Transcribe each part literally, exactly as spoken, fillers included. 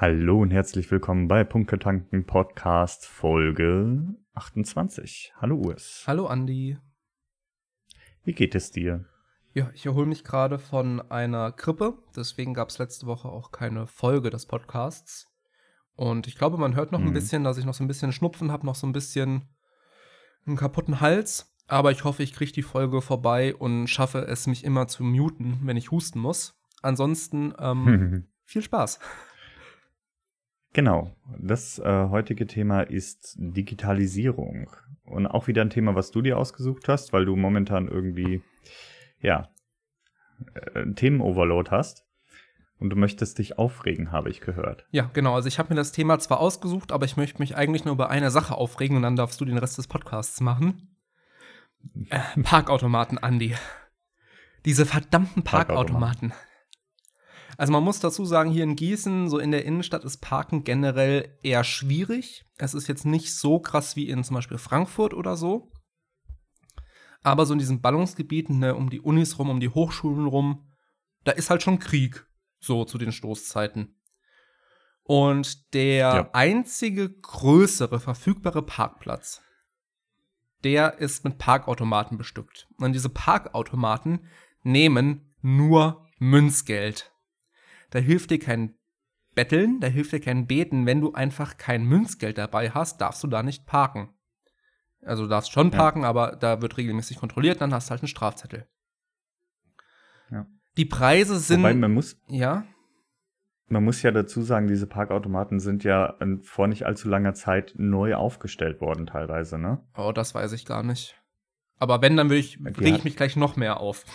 Hallo und herzlich willkommen bei Punktetanken Podcast Folge achtundzwanzig. Hallo Urs. Hallo Andi. Wie geht es dir? Ja, ich erhole mich gerade von einer Grippe, deswegen gab es letzte Woche auch keine Folge des Podcasts. Und ich glaube, man hört noch Mhm. ein bisschen, dass ich noch so ein bisschen Schnupfen habe, noch so ein bisschen einen kaputten Hals. Aber ich hoffe, ich kriege die Folge vorbei und schaffe es, mich immer zu muten, wenn ich husten muss. Ansonsten ähm, viel Spaß. Genau, das äh, heutige Thema ist Digitalisierung. Und auch wieder ein Thema, was du dir ausgesucht hast, weil du momentan irgendwie, ja, äh, einen Themen-Overload hast. Und du möchtest dich aufregen, habe ich gehört. Ja, genau. Also ich habe mir das Thema zwar ausgesucht, aber ich möchte mich eigentlich nur über eine Sache aufregen und dann darfst du den Rest des Podcasts machen. Äh, Parkautomaten, Andi. Diese verdammten Parkautomaten. Also man muss dazu sagen, hier in Gießen, so in der Innenstadt, ist Parken generell eher schwierig. Es ist jetzt nicht so krass wie in zum Beispiel Frankfurt oder so. Aber so in diesen Ballungsgebieten, ne, um die Unis rum, um die Hochschulen rum, da ist halt schon Krieg, so zu den Stoßzeiten. Und der Ja. einzige größere verfügbare Parkplatz, der ist mit Parkautomaten bestückt. Und diese Parkautomaten nehmen nur Münzgeld. Da hilft dir kein Betteln, da hilft dir kein Beten. Wenn du einfach kein Münzgeld dabei hast, darfst du da nicht parken. Also du darfst schon parken, ja. Aber da wird regelmäßig kontrolliert, dann hast du halt einen Strafzettel. Ja. Die Preise sind... Wobei man muss, ja? man muss ja dazu sagen, diese Parkautomaten sind ja vor nicht allzu langer Zeit neu aufgestellt worden teilweise, ne? Oh, das weiß ich gar nicht. Aber wenn, dann würde ich, rege ich mich gleich noch mehr auf.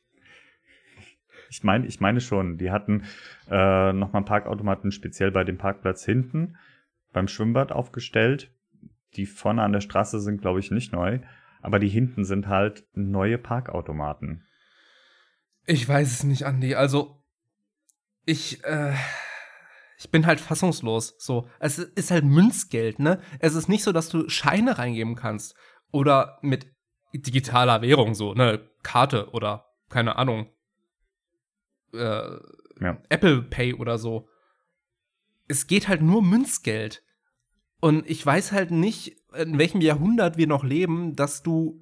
Ich meine, ich meine schon, die hatten äh, nochmal Parkautomaten speziell bei dem Parkplatz hinten beim Schwimmbad aufgestellt. Die vorne an der Straße sind, glaube ich, nicht neu, aber die hinten sind halt neue Parkautomaten. Ich weiß es nicht, Andi. Also, ich, äh, ich bin halt fassungslos. So, es ist halt Münzgeld, ne? Es ist nicht so, dass du Scheine reingeben kannst oder mit digitaler Währung so, ne, Karte oder keine Ahnung. Äh, ja. Apple Pay oder so. Es geht halt nur Münzgeld. Und ich weiß halt nicht, in welchem Jahrhundert wir noch leben, dass du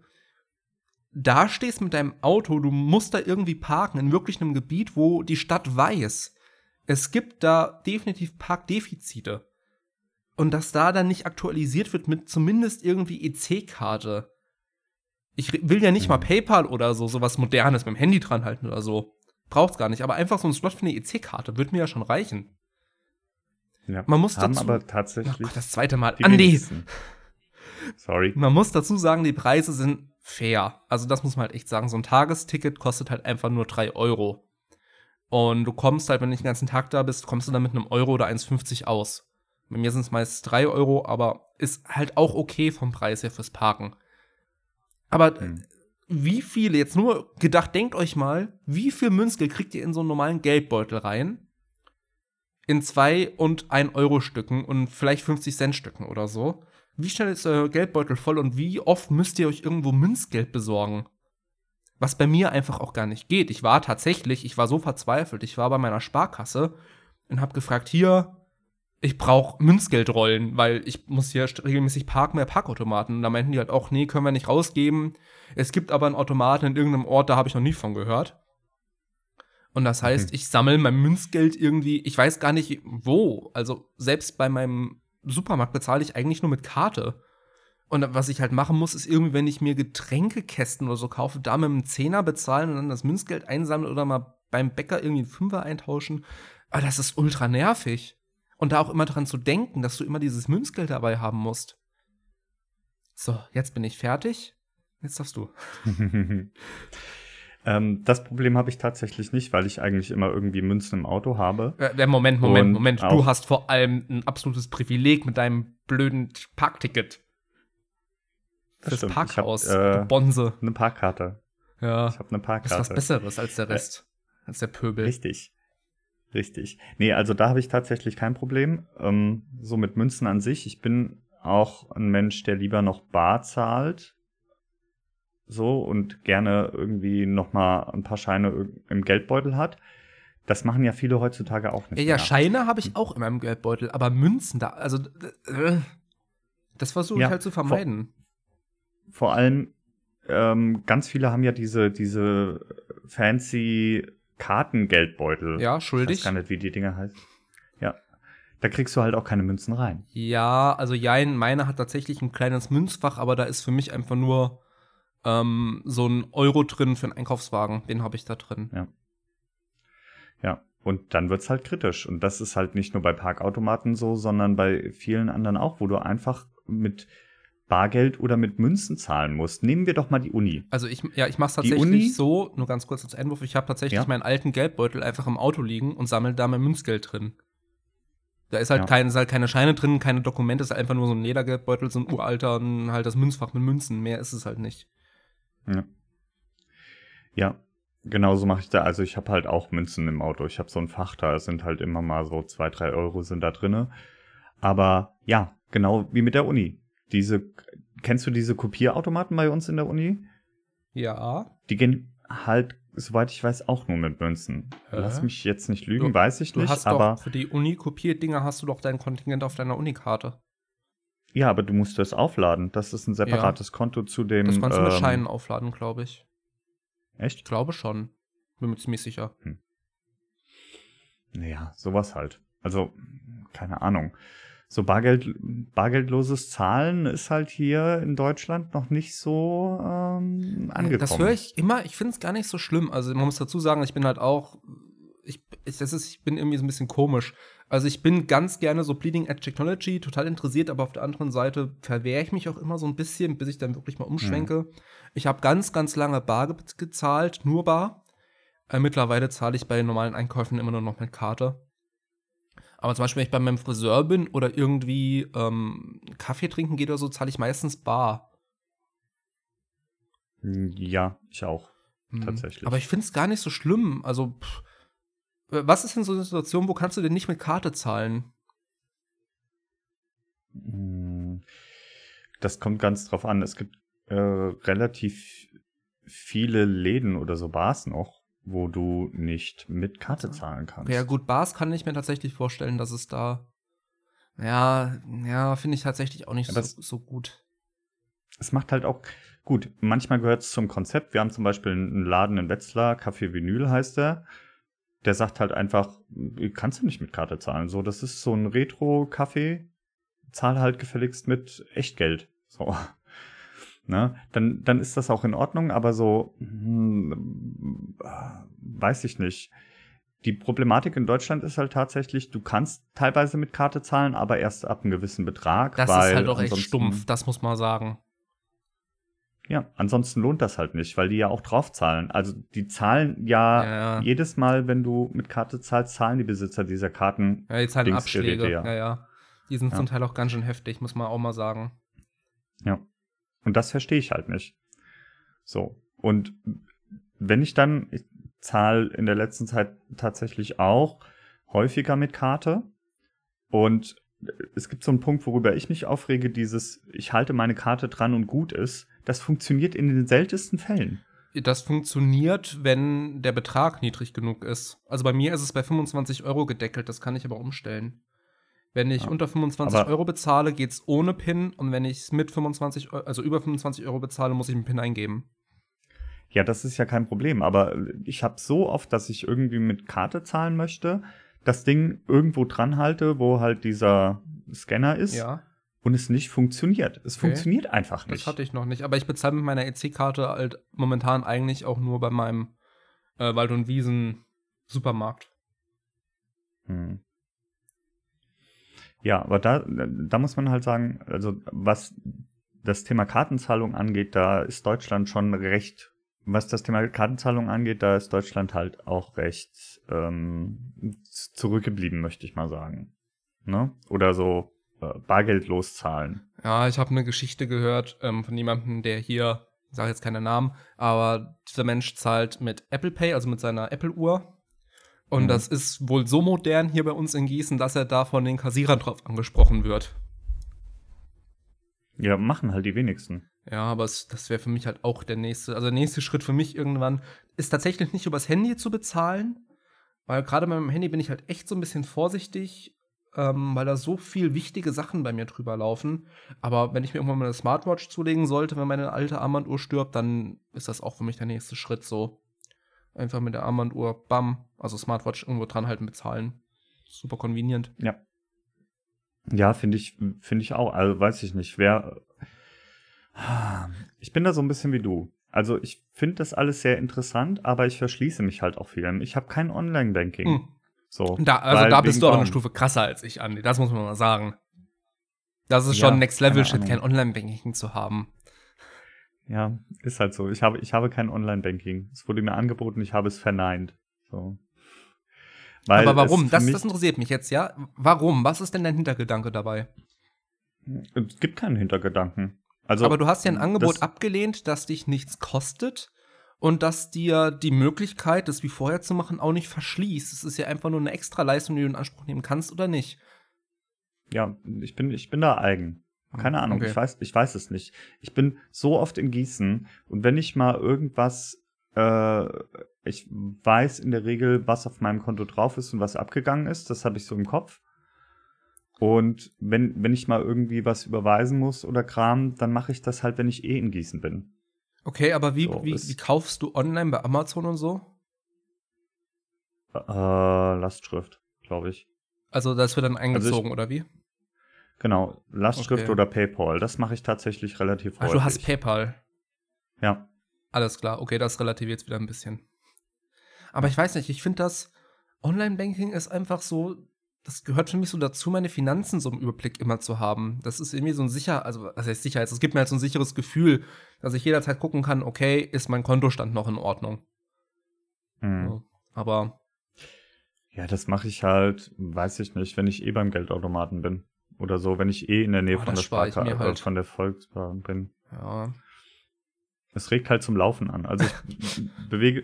da stehst mit deinem Auto, du musst da irgendwie parken, in wirklich einem Gebiet, wo die Stadt weiß, es gibt da definitiv Parkdefizite. Und dass da dann nicht aktualisiert wird mit zumindest irgendwie E C-Karte. Ich will ja nicht mhm. mal PayPal oder so, sowas Modernes mit dem Handy dran halten oder so. Braucht's gar nicht, aber einfach so ein Slot für eine E C-Karte würde mir ja schon reichen. Ja, man muss haben dazu, aber tatsächlich oh Gott, das zweite Mal. Andi! Sorry. Man muss dazu sagen, die Preise sind fair. Also das muss man halt echt sagen. So ein Tagesticket kostet halt einfach nur drei Euro. Und du kommst halt, wenn du den ganzen Tag da bist, kommst du dann mit einem Euro oder eins fünfzig aus. Bei mir sind es meist drei Euro, aber ist halt auch okay vom Preis her fürs Parken. Aber hm. wie viele, jetzt nur gedacht, denkt euch mal, wie viel Münzgeld kriegt ihr in so einen normalen Geldbeutel rein? In zwei und ein Euro Stücken und vielleicht fünfzig Cent Stücken oder so. Wie schnell ist euer Geldbeutel voll und wie oft müsst ihr euch irgendwo Münzgeld besorgen? Was bei mir einfach auch gar nicht geht. Ich war tatsächlich, ich war so verzweifelt, ich war bei meiner Sparkasse und habe gefragt, hier, ich brauche Münzgeldrollen, weil ich muss hier regelmäßig parken bei Parkautomaten. Und da meinten die halt auch, nee, können wir nicht rausgeben. Es gibt aber einen Automaten in irgendeinem Ort, da habe ich noch nie von gehört. Und das heißt, ich sammle mein Münzgeld irgendwie, ich weiß gar nicht wo. Also selbst bei meinem Supermarkt bezahle ich eigentlich nur mit Karte. Und was ich halt machen muss, ist irgendwie, wenn ich mir Getränkekästen oder so kaufe, da mit einem Zehner bezahlen und dann das Münzgeld einsammeln oder mal beim Bäcker irgendwie einen Fünfer eintauschen. Aber das ist ultra nervig. Und da auch immer dran zu denken, dass du immer dieses Münzgeld dabei haben musst. So, jetzt bin ich fertig. Jetzt darfst du. ähm, das Problem habe ich tatsächlich nicht, weil ich eigentlich immer irgendwie Münzen im Auto habe. Äh, Moment, Moment, und Moment. Du hast vor allem ein absolutes Privileg mit deinem blöden Parkticket. Das Fürs Parkhaus, ich hab, äh, du Bonze. Eine Parkkarte. Ja. Ich habe eine Parkkarte. Das ist was Besseres als der Rest. Äh, als der Pöbel. Richtig. Richtig. Nee, also da habe ich tatsächlich kein Problem. Ähm, so mit Münzen an sich. Ich bin auch ein Mensch, der lieber noch bar zahlt. So und gerne irgendwie noch mal ein paar Scheine im Geldbeutel hat. Das machen ja viele heutzutage auch nicht Ja, ja, mehr. Scheine habe ich auch in meinem Geldbeutel, aber Münzen da, also äh, das versuche ich Ja, halt zu vor, vermeiden. vor allem, ähm, ganz viele haben ja diese, diese fancy Kartengeldbeutel. Ja, Ich weiß gar schuldig. nicht, wie die Dinger heißen. Ja, da kriegst du halt auch keine Münzen rein. Ja, also jein, meine hat tatsächlich ein kleines Münzfach, aber da ist für mich einfach nur ähm, so ein Euro drin für einen Einkaufswagen. Den habe ich da drin. Ja. Ja, und dann wird's halt kritisch. Und das ist halt nicht nur bei Parkautomaten so, sondern bei vielen anderen auch, wo du einfach mit Bargeld oder mit Münzen zahlen musst. Nehmen wir doch mal die Uni. Also ich, ja, ich mache es Die tatsächlich Uni? so, nur ganz kurz als Einwurf, ich habe tatsächlich Ja. meinen alten Geldbeutel einfach im Auto liegen und sammle da mein Münzgeld drin. Da ist halt, Ja. kein, ist halt keine Scheine drin, keine Dokumente, ist einfach nur so ein Ledergeldbeutel, so ein uralter und halt das Münzfach mit Münzen. Mehr ist es halt nicht. Ja, ja, genauso mache ich da. Also ich habe halt auch Münzen im Auto. Ich habe so ein Fach, da sind halt immer mal so zwei, drei Euro sind da drinne. Aber ja, genau wie mit der Uni. Diese, kennst du diese Kopierautomaten bei uns in der Uni? Ja. Die gehen halt, soweit ich weiß, auch nur mit Münzen. Hä? Lass mich jetzt nicht lügen, Du- weiß ich Du nicht, hast aber doch für die Uni-Kopierdinger hast du doch dein Kontingent auf deiner Unikarte. ja, aber du musst das aufladen. Das ist ein separates Konto zu dem. Das kannst du mit ähm, Scheinen aufladen, glaube ich. Ich Echt? glaube schon. Bin mir ziemlich sicher. Naja, sowas halt. Also, keine Ahnung. So Bargeld, bargeldloses Zahlen ist halt hier in Deutschland noch nicht so ähm, angekommen. Das höre ich immer, ich finde es gar nicht so schlimm. Also man muss dazu sagen, ich bin halt auch, ich, ich, das ist, ich bin irgendwie so ein bisschen komisch. Also ich bin ganz gerne so Bleeding Edge Technology, total interessiert, aber auf der anderen Seite verwehre ich mich auch immer so ein bisschen, bis ich dann wirklich mal umschwenke. Ich habe ganz, ganz lange bar ge gezahlt, nur bar. Äh, mittlerweile zahle ich bei normalen Einkäufen immer nur noch mit Karte. Aber zum Beispiel, wenn ich bei meinem Friseur bin oder irgendwie ähm, Kaffee trinken geht oder so, zahle ich meistens bar. Ja, ich auch. Mhm. Tatsächlich. Aber ich finde es gar nicht so schlimm. Also, pff, was ist denn so eine Situation, wo kannst du denn nicht mit Karte zahlen? Mm, Das kommt ganz drauf an. Es gibt äh, relativ viele Läden oder so Bars noch, wo du nicht mit Karte zahlen kannst. Ja, gut, Bars kann ich mir tatsächlich vorstellen, dass es da. Ja, ja, finde ich tatsächlich auch nicht Aber so, es- so gut. Es macht halt auch, gut, manchmal gehört es zum Konzept. Wir haben zum Beispiel einen Laden in Wetzlar, Café Vinyl heißt der. Der sagt halt einfach, kannst du nicht mit Karte zahlen. So, das ist so ein Retro-Café. Zahl halt gefälligst mit Echtgeld. So. Ne? Dann, dann ist das auch in Ordnung, aber so, hm, weiß ich nicht. Die Problematik in Deutschland ist halt tatsächlich, du kannst teilweise mit Karte zahlen, aber erst ab einem gewissen Betrag. Das weil ist halt auch echt ansonsten- stumpf, das muss man sagen. Ja, ansonsten lohnt das halt nicht, weil die ja auch draufzahlen. Also die zahlen ja, Ja. jedes Mal, wenn du mit Karte zahlst, zahlen die Besitzer dieser Karten. Ja, die zahlen Dingsgeräte, Abschläge. ja. Ja, ja. Die sind Ja. zum Teil auch ganz schön heftig, muss man auch mal sagen. Ja. Und das verstehe ich halt nicht. So. Und wenn ich dann, ich zahle in der letzten Zeit tatsächlich auch häufiger mit Karte. Und es gibt so einen Punkt, worüber ich mich aufrege, dieses, ich halte meine Karte dran und gut ist. Das funktioniert in den seltensten Fällen. Das funktioniert, wenn der Betrag niedrig genug ist. Also bei mir ist es bei fünfundzwanzig Euro gedeckelt, das kann ich aber umstellen. Wenn ich Ja, unter fünfundzwanzig aber- Euro bezahle, geht's ohne PIN. Und wenn ich es mit fünfundzwanzig Euro, also über fünfundzwanzig Euro bezahle, muss ich einen PIN eingeben. Ja, das ist ja kein Problem, aber ich habe so oft, dass ich irgendwie mit Karte zahlen möchte, das Ding irgendwo dran halte, wo halt dieser Scanner ist Ja, und es nicht funktioniert. Es Okay. funktioniert einfach nicht. das hatte ich noch nicht. Aber ich bezahle mit meiner E C-Karte halt momentan eigentlich auch nur bei meinem äh, Wald- und Wiesen-Supermarkt. Hm. Ja, aber da, da muss man halt sagen, also was das Thema Kartenzahlung angeht, da ist Deutschland schon recht, was das Thema Kartenzahlung angeht, da ist Deutschland halt auch recht ähm, zurückgeblieben, möchte ich mal sagen. Ne? Oder so äh, bargeldlos zahlen. Ja, ich habe eine Geschichte gehört ähm, von jemandem, der hier, ich sage jetzt keine Namen, aber dieser Mensch zahlt mit Apple Pay, also mit seiner Apple-Uhr. Und Mhm. das ist wohl so modern hier bei uns in Gießen, dass er da von den Kassierern drauf angesprochen wird. Ja, machen halt die wenigsten. Ja, aber es, das wäre für mich halt auch der nächste, also der nächste Schritt für mich irgendwann ist tatsächlich nicht übers Handy zu bezahlen, Weil gerade bei meinem Handy bin ich halt echt so ein bisschen vorsichtig, ähm, weil da so viel wichtige Sachen bei mir drüber laufen. Aber wenn ich mir irgendwann mal eine Smartwatch zulegen sollte, wenn meine alte Armbanduhr stirbt, dann ist das auch für mich der nächste Schritt so. Einfach mit der Armbanduhr, bam, also Smartwatch irgendwo dran halten, bezahlen. Super convenient. Ja. Ja, finde ich, finde ich auch. Also weiß ich nicht, wer. Ich bin da so ein bisschen wie du. Also ich finde das alles sehr interessant, aber ich verschließe mich halt auch vielem. Ich habe kein Online-Banking. Hm. So, Da, also weil da bist wegen du aber eine Baum. Stufe krasser als ich, Andi. Das muss man mal sagen. Das ist Ja, schon Next Level keine Shit, kein Ahnung. Online-Banking zu haben. Ja, ist halt so. Ich habe, ich habe kein Online-Banking. Es wurde mir angeboten, ich habe es verneint. So. Weil Aber warum? es für Das, mich, das interessiert mich jetzt, ja. Warum? Was ist denn dein Hintergedanke dabei? es gibt keinen Hintergedanken. Also, Aber du hast ja ein Angebot das, abgelehnt, das dich nichts kostet und das dir die Möglichkeit, das wie vorher zu machen, auch nicht verschließt. Es ist ja einfach nur eine Extraleistung, die du in Anspruch nehmen kannst oder nicht. ja, ich bin, ich bin da eigen. Keine Ahnung, Okay. ich weiß, ich weiß es nicht. Ich bin so oft in Gießen und wenn ich mal irgendwas, äh, ich weiß in der Regel, was auf meinem Konto drauf ist und was abgegangen ist, das habe ich so im Kopf. Und wenn, wenn ich mal irgendwie was überweisen muss oder Kram, dann mache ich das halt, wenn ich eh in Gießen bin. Okay, aber wie, So, wie, es- wie kaufst du online bei Amazon und so? Äh, Lastschrift, glaube ich. Also das wird dann Also eingezogen, oder wie? Genau, Lastschrift Okay. oder PayPal, das mache ich tatsächlich relativ Ach, häufig. du hast PayPal. Ja. Alles klar, okay, das relativiert jetzt wieder ein bisschen. Aber ich weiß nicht, ich finde das Online-Banking ist einfach so, das gehört für mich so dazu, meine Finanzen so im Überblick immer zu haben. Das ist irgendwie so ein sicher, also was heißt Sicherheit? Es gibt mir halt so ein sicheres Gefühl, dass ich jederzeit gucken kann, okay, ist mein Kontostand noch in Ordnung? Hm. So. Aber Ja, das mache ich halt, weiß ich nicht, wenn ich eh beim Geldautomaten bin. Oder so, wenn ich eh in der Nähe Oh, von das der spare ich Sparkasse, mir halt. äh, von der Volksbank bin. ja, Es regt halt zum Laufen an. Also ich bewege.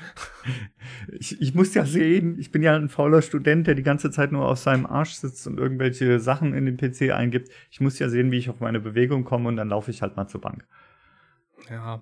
ich, ich muss ja sehen, ich bin ja ein fauler Student, der die ganze Zeit nur auf seinem Arsch sitzt und irgendwelche Sachen in den P C eingibt. Ich muss ja sehen, wie ich auf meine Bewegung komme und dann laufe ich halt mal zur Bank. ja.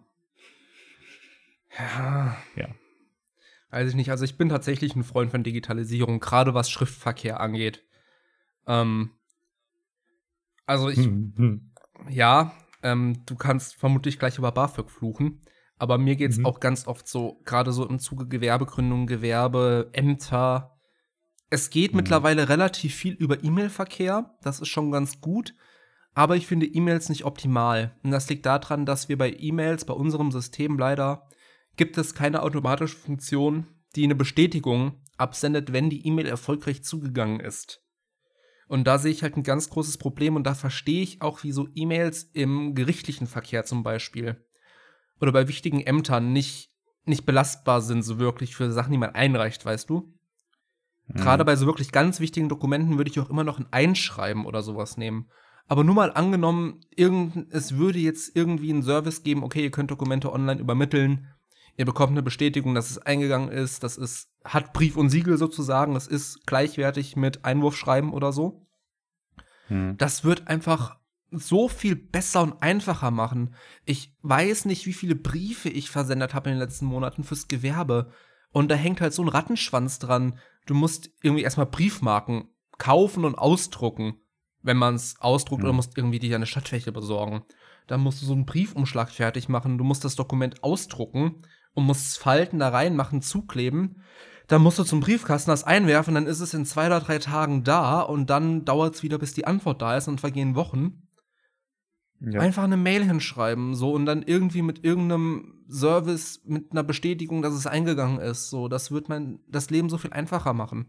Ja. Ja. Weiß ich nicht. Also ich bin tatsächlich ein Freund von Digitalisierung, gerade was Schriftverkehr angeht. Ähm, also ich, Hm, hm. ja, ähm, du kannst vermutlich gleich über BAföG fluchen, aber mir geht's Mhm. auch ganz oft so, gerade so im Zuge Gewerbegründung, Gewerbeämter. Es geht Mhm. mittlerweile relativ viel über E-Mail-Verkehr, das ist schon ganz gut, aber ich finde E-Mails nicht optimal. Und das liegt daran, dass wir bei E-Mails, bei unserem System leider, gibt es keine automatische Funktion, die eine Bestätigung absendet, wenn die E-Mail erfolgreich zugegangen ist. Und da sehe ich halt ein ganz großes Problem und da verstehe ich auch, wieso E-Mails im gerichtlichen Verkehr zum Beispiel oder bei wichtigen Ämtern nicht, nicht belastbar sind, so wirklich für Sachen, die man einreicht, weißt du? Gerade Mhm. bei so wirklich ganz wichtigen Dokumenten würde ich auch immer noch ein Einschreiben oder sowas nehmen. Aber nur mal angenommen, irgend, es würde jetzt irgendwie einen Service geben, okay, ihr könnt Dokumente online übermitteln, ihr bekommt eine Bestätigung, dass es eingegangen ist, das ist, hat Brief und Siegel sozusagen, das ist gleichwertig mit Einwurfschreiben oder so. Mhm. Das wird einfach so viel besser und einfacher machen. Ich weiß nicht, wie viele Briefe ich versendet habe in den letzten Monaten fürs Gewerbe. Und da hängt halt so ein Rattenschwanz dran. Du musst irgendwie erstmal Briefmarken kaufen und ausdrucken, wenn man es ausdruckt, Mhm. oder musst irgendwie dir eine Stadtfläche besorgen. Dann musst du so einen Briefumschlag fertig machen. Du musst das Dokument ausdrucken und musst es falten, da reinmachen, zukleben. Dann musst du zum Briefkasten das einwerfen, dann ist es in zwei oder drei Tagen da und dann dauert es wieder, bis die Antwort da ist und vergehen Wochen. Ja. Einfach eine Mail hinschreiben, so, und dann irgendwie mit irgendeinem Service, mit einer Bestätigung, dass es eingegangen ist, so. Das wird mein, das Leben so viel einfacher machen.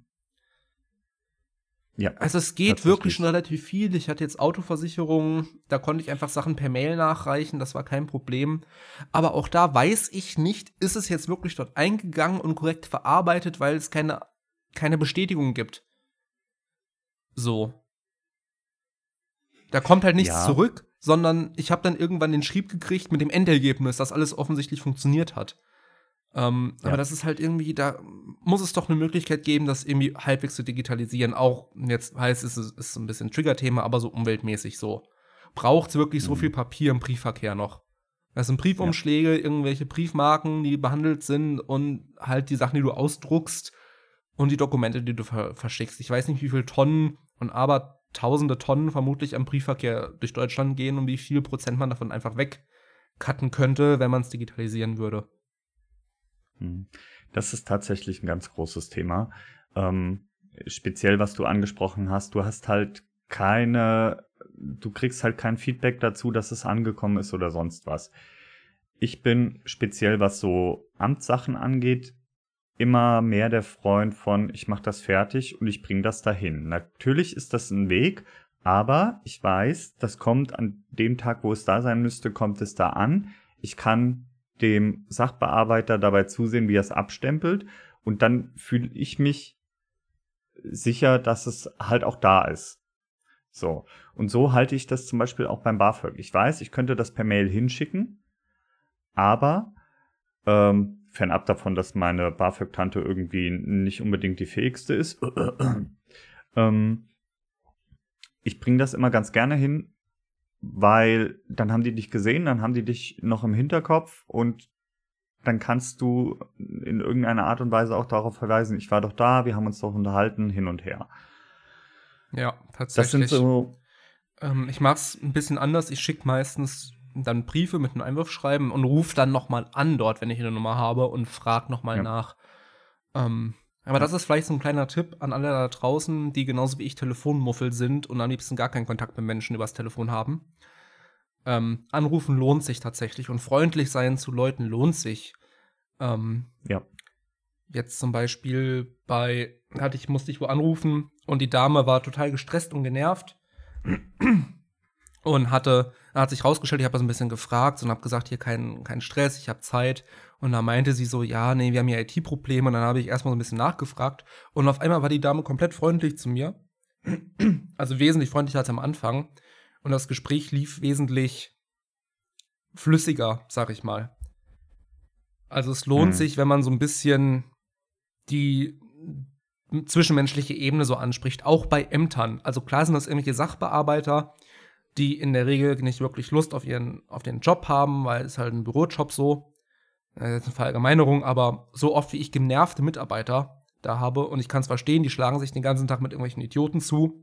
Ja. Also es geht Tatsächlich. wirklich schon relativ viel. Ich hatte jetzt Autoversicherung, da konnte ich einfach Sachen per Mail nachreichen, das war kein Problem. Aber auch da weiß ich nicht, ist es jetzt wirklich dort eingegangen und korrekt verarbeitet, weil es keine, keine Bestätigung gibt. So. Da kommt halt nichts Ja. zurück, sondern ich habe dann irgendwann den Schrieb gekriegt mit dem Endergebnis, dass alles offensichtlich funktioniert hat. Ähm, Ja. Aber das ist halt irgendwie, da muss es doch eine Möglichkeit geben, das irgendwie halbwegs zu digitalisieren. Auch jetzt heißt es, es ist so ein bisschen Trigger-Thema, aber so umweltmäßig so. Braucht es wirklich so Mhm. viel Papier im Briefverkehr noch? Das sind Briefumschläge, irgendwelche Briefmarken, die behandelt sind und halt die Sachen, die du ausdruckst. und die Dokumente, die du ver- verschickst. Ich weiß nicht, wie viele Tonnen und aber tausende Tonnen vermutlich am Briefverkehr durch Deutschland gehen und wie viel Prozent man davon einfach wegcutten könnte, wenn man es digitalisieren würde. Das ist tatsächlich ein ganz großes Thema. Ähm, speziell, was du angesprochen hast, du hast halt keine, du kriegst halt kein Feedback dazu, dass es angekommen ist oder sonst was. Ich bin speziell, was so Amtssachen angeht, immer mehr der Freund von, ich mache das fertig und ich bringe das dahin. Natürlich ist das ein Weg, aber ich weiß, das kommt an dem Tag, wo es da sein müsste, kommt es da an. Ich kann dem Sachbearbeiter dabei zusehen, wie er es abstempelt, und dann fühle ich mich sicher, dass es halt auch da ist. So. Und so halte ich das zum Beispiel auch beim BAföG. Ich weiß, ich könnte das per Mail hinschicken, aber ähm, fernab davon, dass meine BAföG-Tante irgendwie nicht unbedingt die fähigste ist, ähm, ich bringe das immer ganz gerne hin, weil dann haben die dich gesehen, dann haben die dich noch im Hinterkopf und dann kannst du in irgendeiner Art und Weise auch darauf verweisen, ich war doch da, wir haben uns doch unterhalten, hin und her. Ja, tatsächlich. Das sind so. Ähm, ich mach's ein bisschen anders. Ich schicke meistens dann Briefe mit einem Einwurfschreiben und rufe dann nochmal an dort, wenn ich eine Nummer habe, und frage nochmal Ja. nach. Ähm, aber Ja. das ist vielleicht so ein kleiner Tipp an alle da draußen, die genauso wie ich Telefonmuffel sind und am liebsten gar keinen Kontakt mit Menschen übers Telefon haben. Ähm, anrufen lohnt sich tatsächlich und freundlich sein zu Leuten lohnt sich. Ähm, Ja. Jetzt zum Beispiel bei, hatte ich, musste ich wo anrufen und die Dame war total gestresst und genervt und hatte, hat sich rausgestellt, ich habe das ein bisschen gefragt und habe gesagt, hier kein, kein Stress, ich habe Zeit. Und da meinte sie so, ja, nee, wir haben hier I T-Probleme. Und dann habe ich erstmal so ein bisschen nachgefragt und auf einmal war die Dame komplett freundlich zu mir. Also wesentlich freundlicher als am Anfang. Und das Gespräch lief wesentlich flüssiger, sag ich mal. Also es lohnt Mhm. sich, wenn man so ein bisschen die zwischenmenschliche Ebene so anspricht, auch bei Ämtern. Also klar sind das irgendwelche Sachbearbeiter, die in der Regel nicht wirklich Lust auf ihren auf den Job haben, weil es halt ein Bürojob so. Das ist eine Verallgemeinerung, aber so oft wie ich genervte Mitarbeiter da habe, und ich kann es verstehen, die schlagen sich den ganzen Tag mit irgendwelchen Idioten zu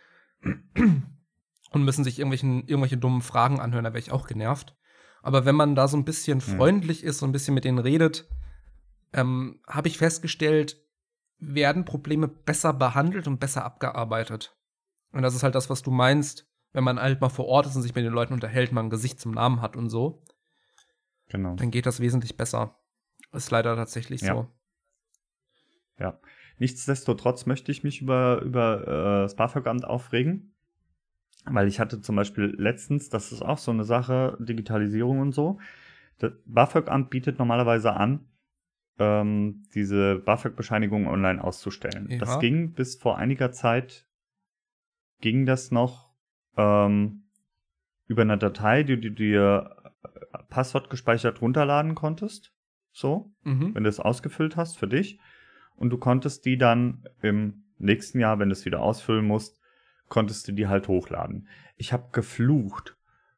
und müssen sich irgendwelchen, irgendwelche dummen Fragen anhören, da wäre ich auch genervt. Aber wenn man da so ein bisschen freundlich ist, so ein bisschen mit denen redet, ähm, habe ich festgestellt, werden Probleme besser behandelt und besser abgearbeitet. Und das ist halt das, was du meinst, wenn man halt mal vor Ort ist und sich mit den Leuten unterhält, man ein Gesicht zum Namen hat und so. Genau. Dann geht das wesentlich besser. Ist leider tatsächlich Ja. so. Ja. Nichtsdestotrotz möchte ich mich über, über äh, das BAföG-Amt aufregen, weil ich hatte zum Beispiel letztens, das ist auch so eine Sache, Digitalisierung und so, das BAföG-Amt bietet normalerweise an, ähm, diese BAföG-Bescheinigung online auszustellen. Ja. Das ging bis vor einiger Zeit, ging das noch ähm, über eine Datei, die du dir Passwort gespeichert runterladen konntest, so, Mhm. wenn du es ausgefüllt hast für dich. Und du konntest die dann im nächsten Jahr, wenn du es wieder ausfüllen musst, konntest du die halt hochladen. Ich habe geflucht,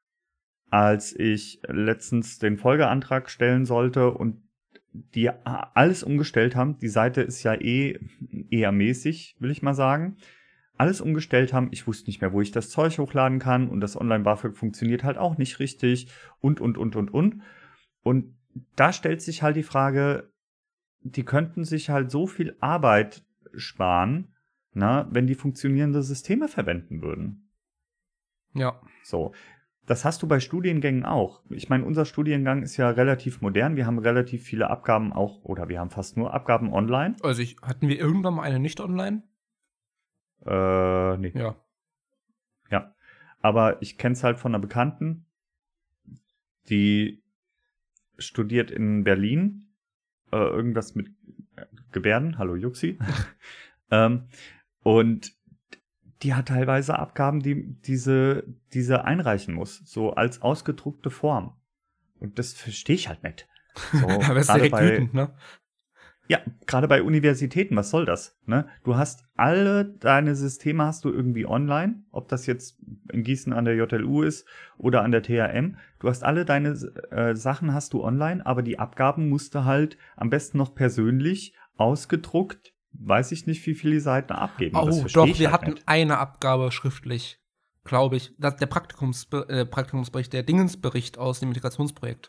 als ich letztens den Folgeantrag stellen sollte und die alles umgestellt haben. Die Seite ist ja eh eher mäßig, will ich mal sagen. Alles umgestellt haben. Ich wusste nicht mehr, wo ich das Zeug hochladen kann. Und das Online-BAföG funktioniert halt auch nicht richtig. Und, und, und, und, und. Und da stellt sich halt die Frage, die könnten sich halt so viel Arbeit sparen, na, wenn die funktionierende Systeme verwenden würden. Ja. So. Das hast du bei Studiengängen auch. Ich meine, unser Studiengang ist ja relativ modern. Wir haben relativ viele Abgaben auch, oder wir haben fast nur Abgaben online. Also ich, hatten wir irgendwann mal eine nicht online? Äh, nee. Ja. Ja. Aber ich kenne es halt von einer Bekannten, die studiert in Berlin, äh, irgendwas mit Gebärden. Hallo Juxi. ähm, und die hat teilweise Abgaben, die diese, diese einreichen muss, so als ausgedruckte Form. Und das verstehe ich halt nicht. So, Da wirst du gerade direkt bei, wütend, ne? ja, gerade bei Universitäten, was soll das? Ne? Du hast alle deine Systeme hast du irgendwie online, ob das jetzt in Gießen an der J L U ist oder an der T H M. Du hast alle deine äh, Sachen hast du online, aber die Abgaben musst du halt am besten noch persönlich ausgedruckt weiß ich nicht, wie viele Seiten abgeben. Oh, das verstehe doch, ich wir halt hatten nicht. eine Abgabe schriftlich, glaube ich. Das, der Praktikums, äh, Praktikumsbericht, der Dingensbericht aus dem Integrationsprojekt.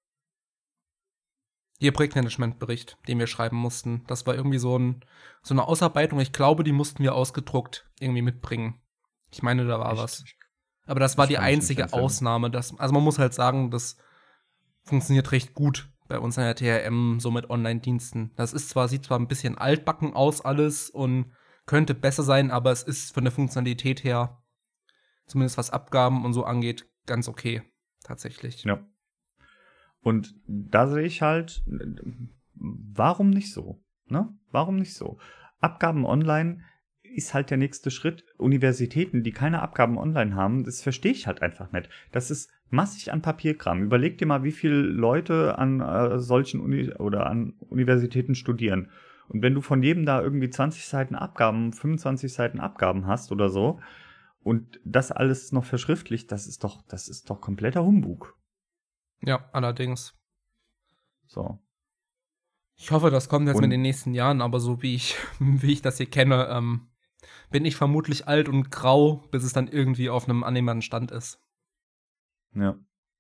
Ihr Projektmanagementbericht, den wir schreiben mussten. Das war irgendwie so, ein, so eine Ausarbeitung. Ich glaube, die mussten wir ausgedruckt irgendwie mitbringen. Ich meine, da war Echt? was. Aber das war Ich die kann mich nicht einzige entsinnen. Ausnahme. Das, also man muss halt sagen, das funktioniert recht gut bei uns an der T R M, so mit Online-Diensten. Das ist zwar, sieht zwar ein bisschen altbacken aus alles und könnte besser sein, aber es ist von der Funktionalität her, zumindest was Abgaben und so angeht, ganz okay. Tatsächlich. Ja. Und da sehe ich halt, warum nicht so? Ne? Warum nicht so? Abgaben online ist halt der nächste Schritt. Universitäten, die keine Abgaben online haben, das verstehe ich halt einfach nicht. Das ist massig an Papierkram. Überleg dir mal, wie viele Leute an äh, solchen Uni oder an Universitäten studieren. Und wenn du von jedem da irgendwie zwanzig Seiten Abgaben, fünfundzwanzig Seiten Abgaben hast oder so und das alles noch verschriftlicht, das ist doch, das ist doch kompletter Humbug. Ja, allerdings. So. Ich hoffe, das kommt jetzt Und- in den nächsten Jahren, aber so wie ich, wie ich das hier kenne, ähm, bin ich vermutlich alt und grau, bis es dann irgendwie auf einem annehmbaren Stand ist. Ja.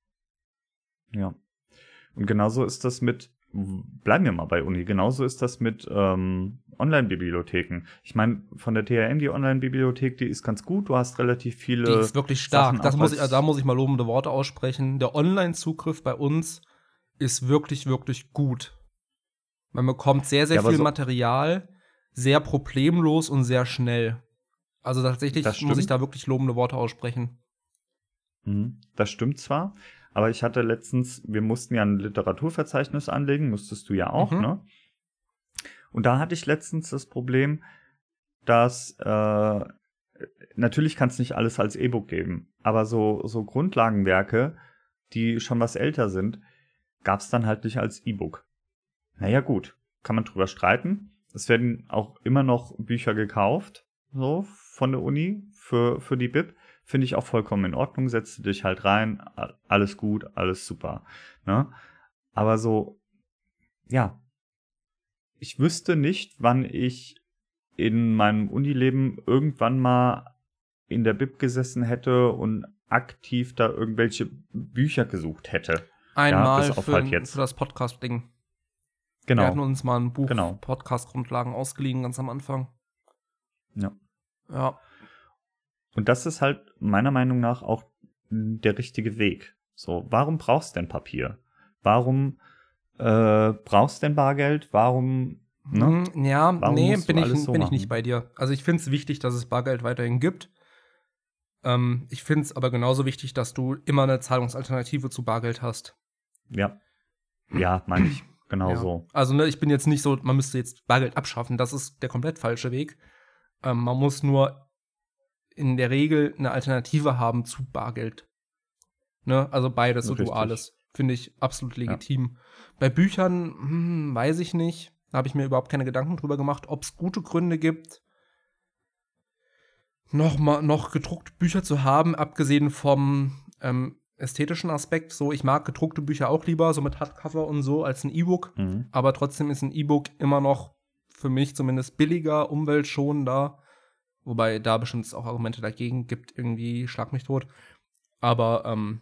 Ja. Und genauso ist das mit, bleiben wir mal bei Uni, genauso ist das mit ähm, Online-Bibliotheken. Ich meine, von der T R M, die Online-Bibliothek, die ist ganz gut. Du hast relativ viele. Die ist wirklich stark. Sachen Das auch muss ich, als- da muss ich mal lobende Worte aussprechen. Der Online-Zugriff bei uns ist wirklich, wirklich gut. Man bekommt sehr, sehr Ja, aber viel so- Material, sehr problemlos und sehr schnell. Also tatsächlich Das muss ich stimmt. da wirklich lobende Worte aussprechen. Mhm. Das stimmt zwar, aber ich hatte letztens, wir mussten ja ein Literaturverzeichnis anlegen, musstest du ja auch, Mhm. ne? Und da hatte ich letztens das Problem, dass äh, natürlich kannst du nicht alles als E-Book geben, aber so, so Grundlagenwerke, die schon was älter sind, gab es dann halt nicht als E-Book. Naja gut, kann man drüber streiten. Es werden auch immer noch Bücher gekauft, so von der Uni für, für die Bib. Finde ich auch vollkommen in Ordnung. Setze dich halt rein, a- alles gut, alles super. Ne? Aber so, ja, ich wüsste nicht, wann ich in meinem Unileben irgendwann mal in der Bib gesessen hätte und aktiv da irgendwelche Bücher gesucht hätte. Einmal bis auf für, halt jetzt. für das Podcast-Ding. Genau. Wir hatten uns mal ein Buch Genau. Podcast-Grundlagen ausgeliehen, ganz am Anfang. Ja. Ja. Und das ist halt meiner Meinung nach auch der richtige Weg. So, warum brauchst du denn Papier? Warum äh, brauchst du denn Bargeld? Warum, ne? Hm, ja, Warum nee, musst du bin ich, alles so bin ich machen? nicht bei dir. Also ich finde es wichtig, dass es Bargeld weiterhin gibt. Ähm, ich finde es aber genauso wichtig, dass du immer eine Zahlungsalternative zu Bargeld hast. Ja. Ja, meine ich. Genau Ja. so. Also ne, ich bin jetzt nicht so, man müsste jetzt Bargeld abschaffen. Das ist der komplett falsche Weg. Ähm, man muss nur in der Regel eine Alternative haben zu Bargeld. Ne? Also beides, so Richtig. duales. Finde ich absolut legitim. Bei Büchern, hm, weiß ich nicht. Da habe ich mir überhaupt keine Gedanken drüber gemacht, ob es gute Gründe gibt, noch mal noch gedruckte Bücher zu haben, abgesehen vom ähm, ästhetischen Aspekt. So, ich mag gedruckte Bücher auch lieber, so mit Hardcover und so, als ein E-Book. Mhm. Aber trotzdem ist ein E-Book immer noch für mich zumindest billiger, umweltschonender. Wobei da bestimmt es auch Argumente dagegen gibt, irgendwie schlag mich tot. Aber ähm,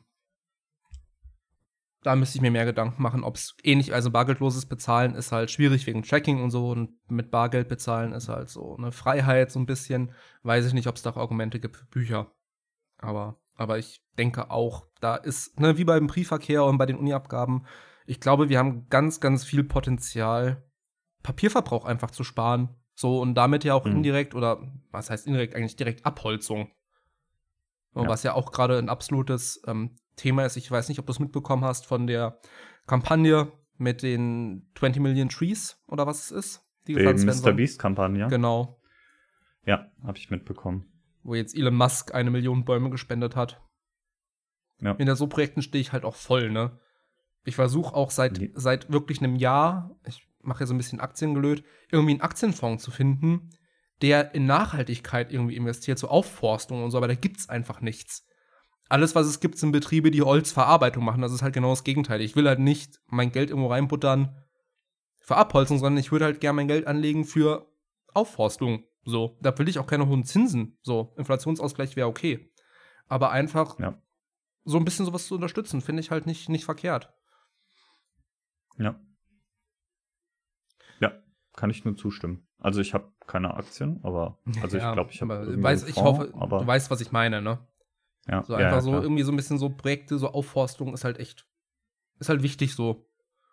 da müsste ich mir mehr Gedanken machen, ob es ähnlich, also bargeldloses Bezahlen ist halt schwierig wegen Tracking und so und mit Bargeld bezahlen ist halt so eine Freiheit so ein bisschen. Weiß ich nicht, ob es da auch Argumente gibt für Bücher. Aber, aber ich denke auch, da ist, ne, wie beim Briefverkehr und bei den Uniabgaben, ich glaube, wir haben ganz, ganz viel Potenzial, Papierverbrauch einfach zu sparen. So, und damit ja auch Mhm. indirekt, oder was heißt indirekt, eigentlich direkt Abholzung. So, Ja. was ja auch gerade ein absolutes ähm, Thema ist. Ich weiß nicht, ob du es mitbekommen hast von der Kampagne mit den twenty Million Trees oder was es ist, die Die gepflanzt werden Mister sollen. Beast-Kampagne. Genau. Ja, habe ich mitbekommen. Wo jetzt Elon Musk eine Million Bäume gespendet hat. Ja. In so Projekten stehe ich halt auch voll, ne? Ich versuche auch seit, Nee. seit wirklich einem Jahr, ich mache ja so ein bisschen Aktiengelöt, irgendwie einen Aktienfonds zu finden, der in Nachhaltigkeit irgendwie investiert, so Aufforstung und so, aber da gibt's einfach nichts. Alles, was es gibt, sind Betriebe, die Holzverarbeitung machen. Das ist halt genau das Gegenteil. Ich will halt nicht mein Geld irgendwo reinbuttern für Abholzung, sondern ich würde halt gerne mein Geld anlegen für Aufforstung. So, da will ich auch keine hohen Zinsen. So, Inflationsausgleich wäre okay. Aber einfach Ja. so ein bisschen sowas zu unterstützen, finde ich halt nicht, nicht verkehrt. Ja. Ja, kann ich nur zustimmen. Also ich habe keine Aktien, aber also Ja, ich glaube, ich habe aber irgendwie weiß, einen ich Fonds, hoffe, aber du weißt, was ich meine, ne? ja, So ja, einfach ja, so klar. irgendwie so ein bisschen so Projekte, so Aufforstung ist halt echt, ist halt wichtig so.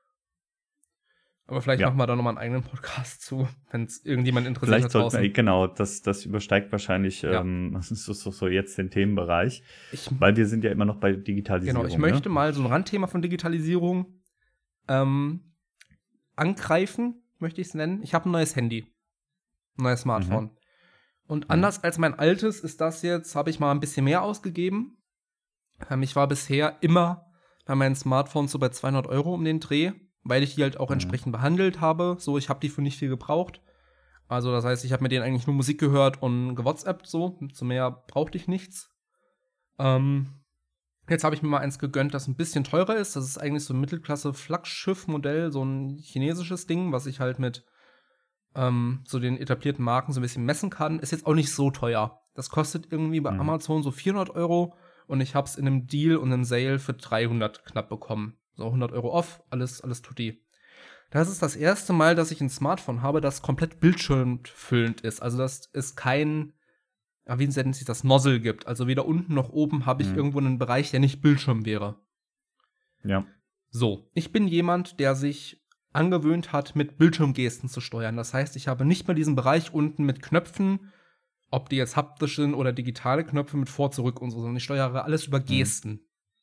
Aber vielleicht Ja. machen wir da nochmal einen eigenen Podcast zu, wenn es irgendjemand interessiert Vielleicht hat sollten wir, draußen. genau, das, das übersteigt wahrscheinlich Ja. ähm, das ist so, so, so jetzt den Themenbereich, Ich, weil wir sind ja immer noch bei Digitalisierung. genau, ich möchte ne? mal so ein Randthema von Digitalisierung ähm, angreifen, möchte ich es nennen. Ich habe ein neues Handy, ein neues Smartphone. Mhm. Und Mhm. anders als mein altes ist das jetzt, habe ich mal ein bisschen mehr ausgegeben. Ähm, ich war bisher immer bei meinen Smartphones so bei zweihundert Euro um den Dreh, weil ich die halt auch Mhm. entsprechend behandelt habe. So, ich habe die für nicht viel gebraucht. Also das heißt, ich habe mit denen eigentlich nur Musik gehört und gewhatsappt so. Zu mehr brauchte ich nichts. Ähm, jetzt habe ich mir mal eins gegönnt, das ein bisschen teurer ist. Das ist eigentlich so ein Mittelklasse-Flaggschiff-Modell, so ein chinesisches Ding, was ich halt mit ähm, so den etablierten Marken so ein bisschen messen kann. Ist jetzt auch nicht so teuer. Das kostet irgendwie bei Mhm. Amazon so vierhundert Euro und ich habe es in einem Deal und einem Sale für dreihundert knapp bekommen. So hundert Euro off, alles, alles tutti. Das ist das erste Mal, dass ich ein Smartphone habe, das komplett bildschirmfüllend ist. Also, dass es kein, ja, wie nennt sich das, Nozzle gibt. Also weder unten noch oben habe ich Mhm. irgendwo einen Bereich, der nicht Bildschirm wäre. Ja. So, ich bin jemand, der sich angewöhnt hat, mit Bildschirmgesten zu steuern. Das heißt, ich habe nicht mehr diesen Bereich unten mit Knöpfen, ob die jetzt haptisch sind oder digitale Knöpfe mit vor, zurück und so, sondern ich steuere alles über Gesten.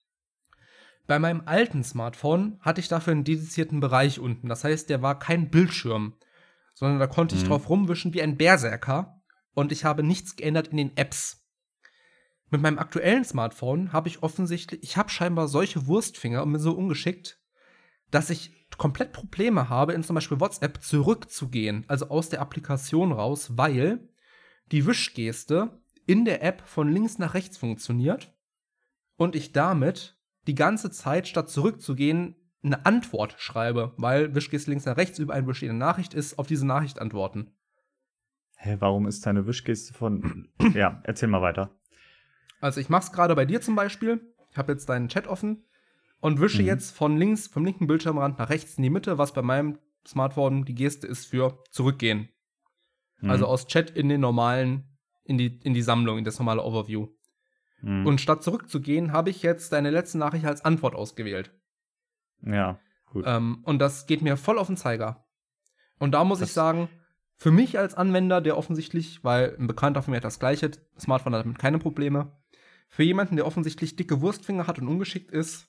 Bei meinem alten Smartphone hatte ich dafür einen dedizierten Bereich unten. Das heißt, der war kein Bildschirm, sondern da konnte ich Mhm. drauf rumwischen wie ein Berserker und ich habe nichts geändert in den Apps. Mit meinem aktuellen Smartphone habe ich offensichtlich, ich habe scheinbar solche Wurstfinger und bin so ungeschickt, dass ich komplett Probleme habe, in zum Beispiel WhatsApp zurückzugehen, also aus der Applikation raus, weil die Wischgeste in der App von links nach rechts funktioniert und ich damit die ganze Zeit, statt zurückzugehen, eine Antwort schreibe, weil Wischgeste links nach rechts über eine bestehende Nachricht ist, auf diese Nachricht antworten. Hä, warum ist deine Wischgeste von. Ja, erzähl mal weiter. Also ich mach's gerade bei dir zum Beispiel. Ich habe jetzt deinen Chat offen und wische Mhm. jetzt von links, vom linken Bildschirmrand nach rechts in die Mitte, was bei meinem Smartphone die Geste ist für zurückgehen. Mhm. Also aus Chat in den normalen, in die, in die Sammlung, in das normale Overview. Mhm. Und statt zurückzugehen, habe ich jetzt deine letzte Nachricht als Antwort ausgewählt. Ja, gut. Ähm, und das geht mir voll auf den Zeiger. Und da muss Das- ich sagen, für mich als Anwender, der offensichtlich, weil ein Bekannter von mir hat das gleiche, Smartphone hat damit keine Probleme, für jemanden, der offensichtlich dicke Wurstfinger hat und ungeschickt ist,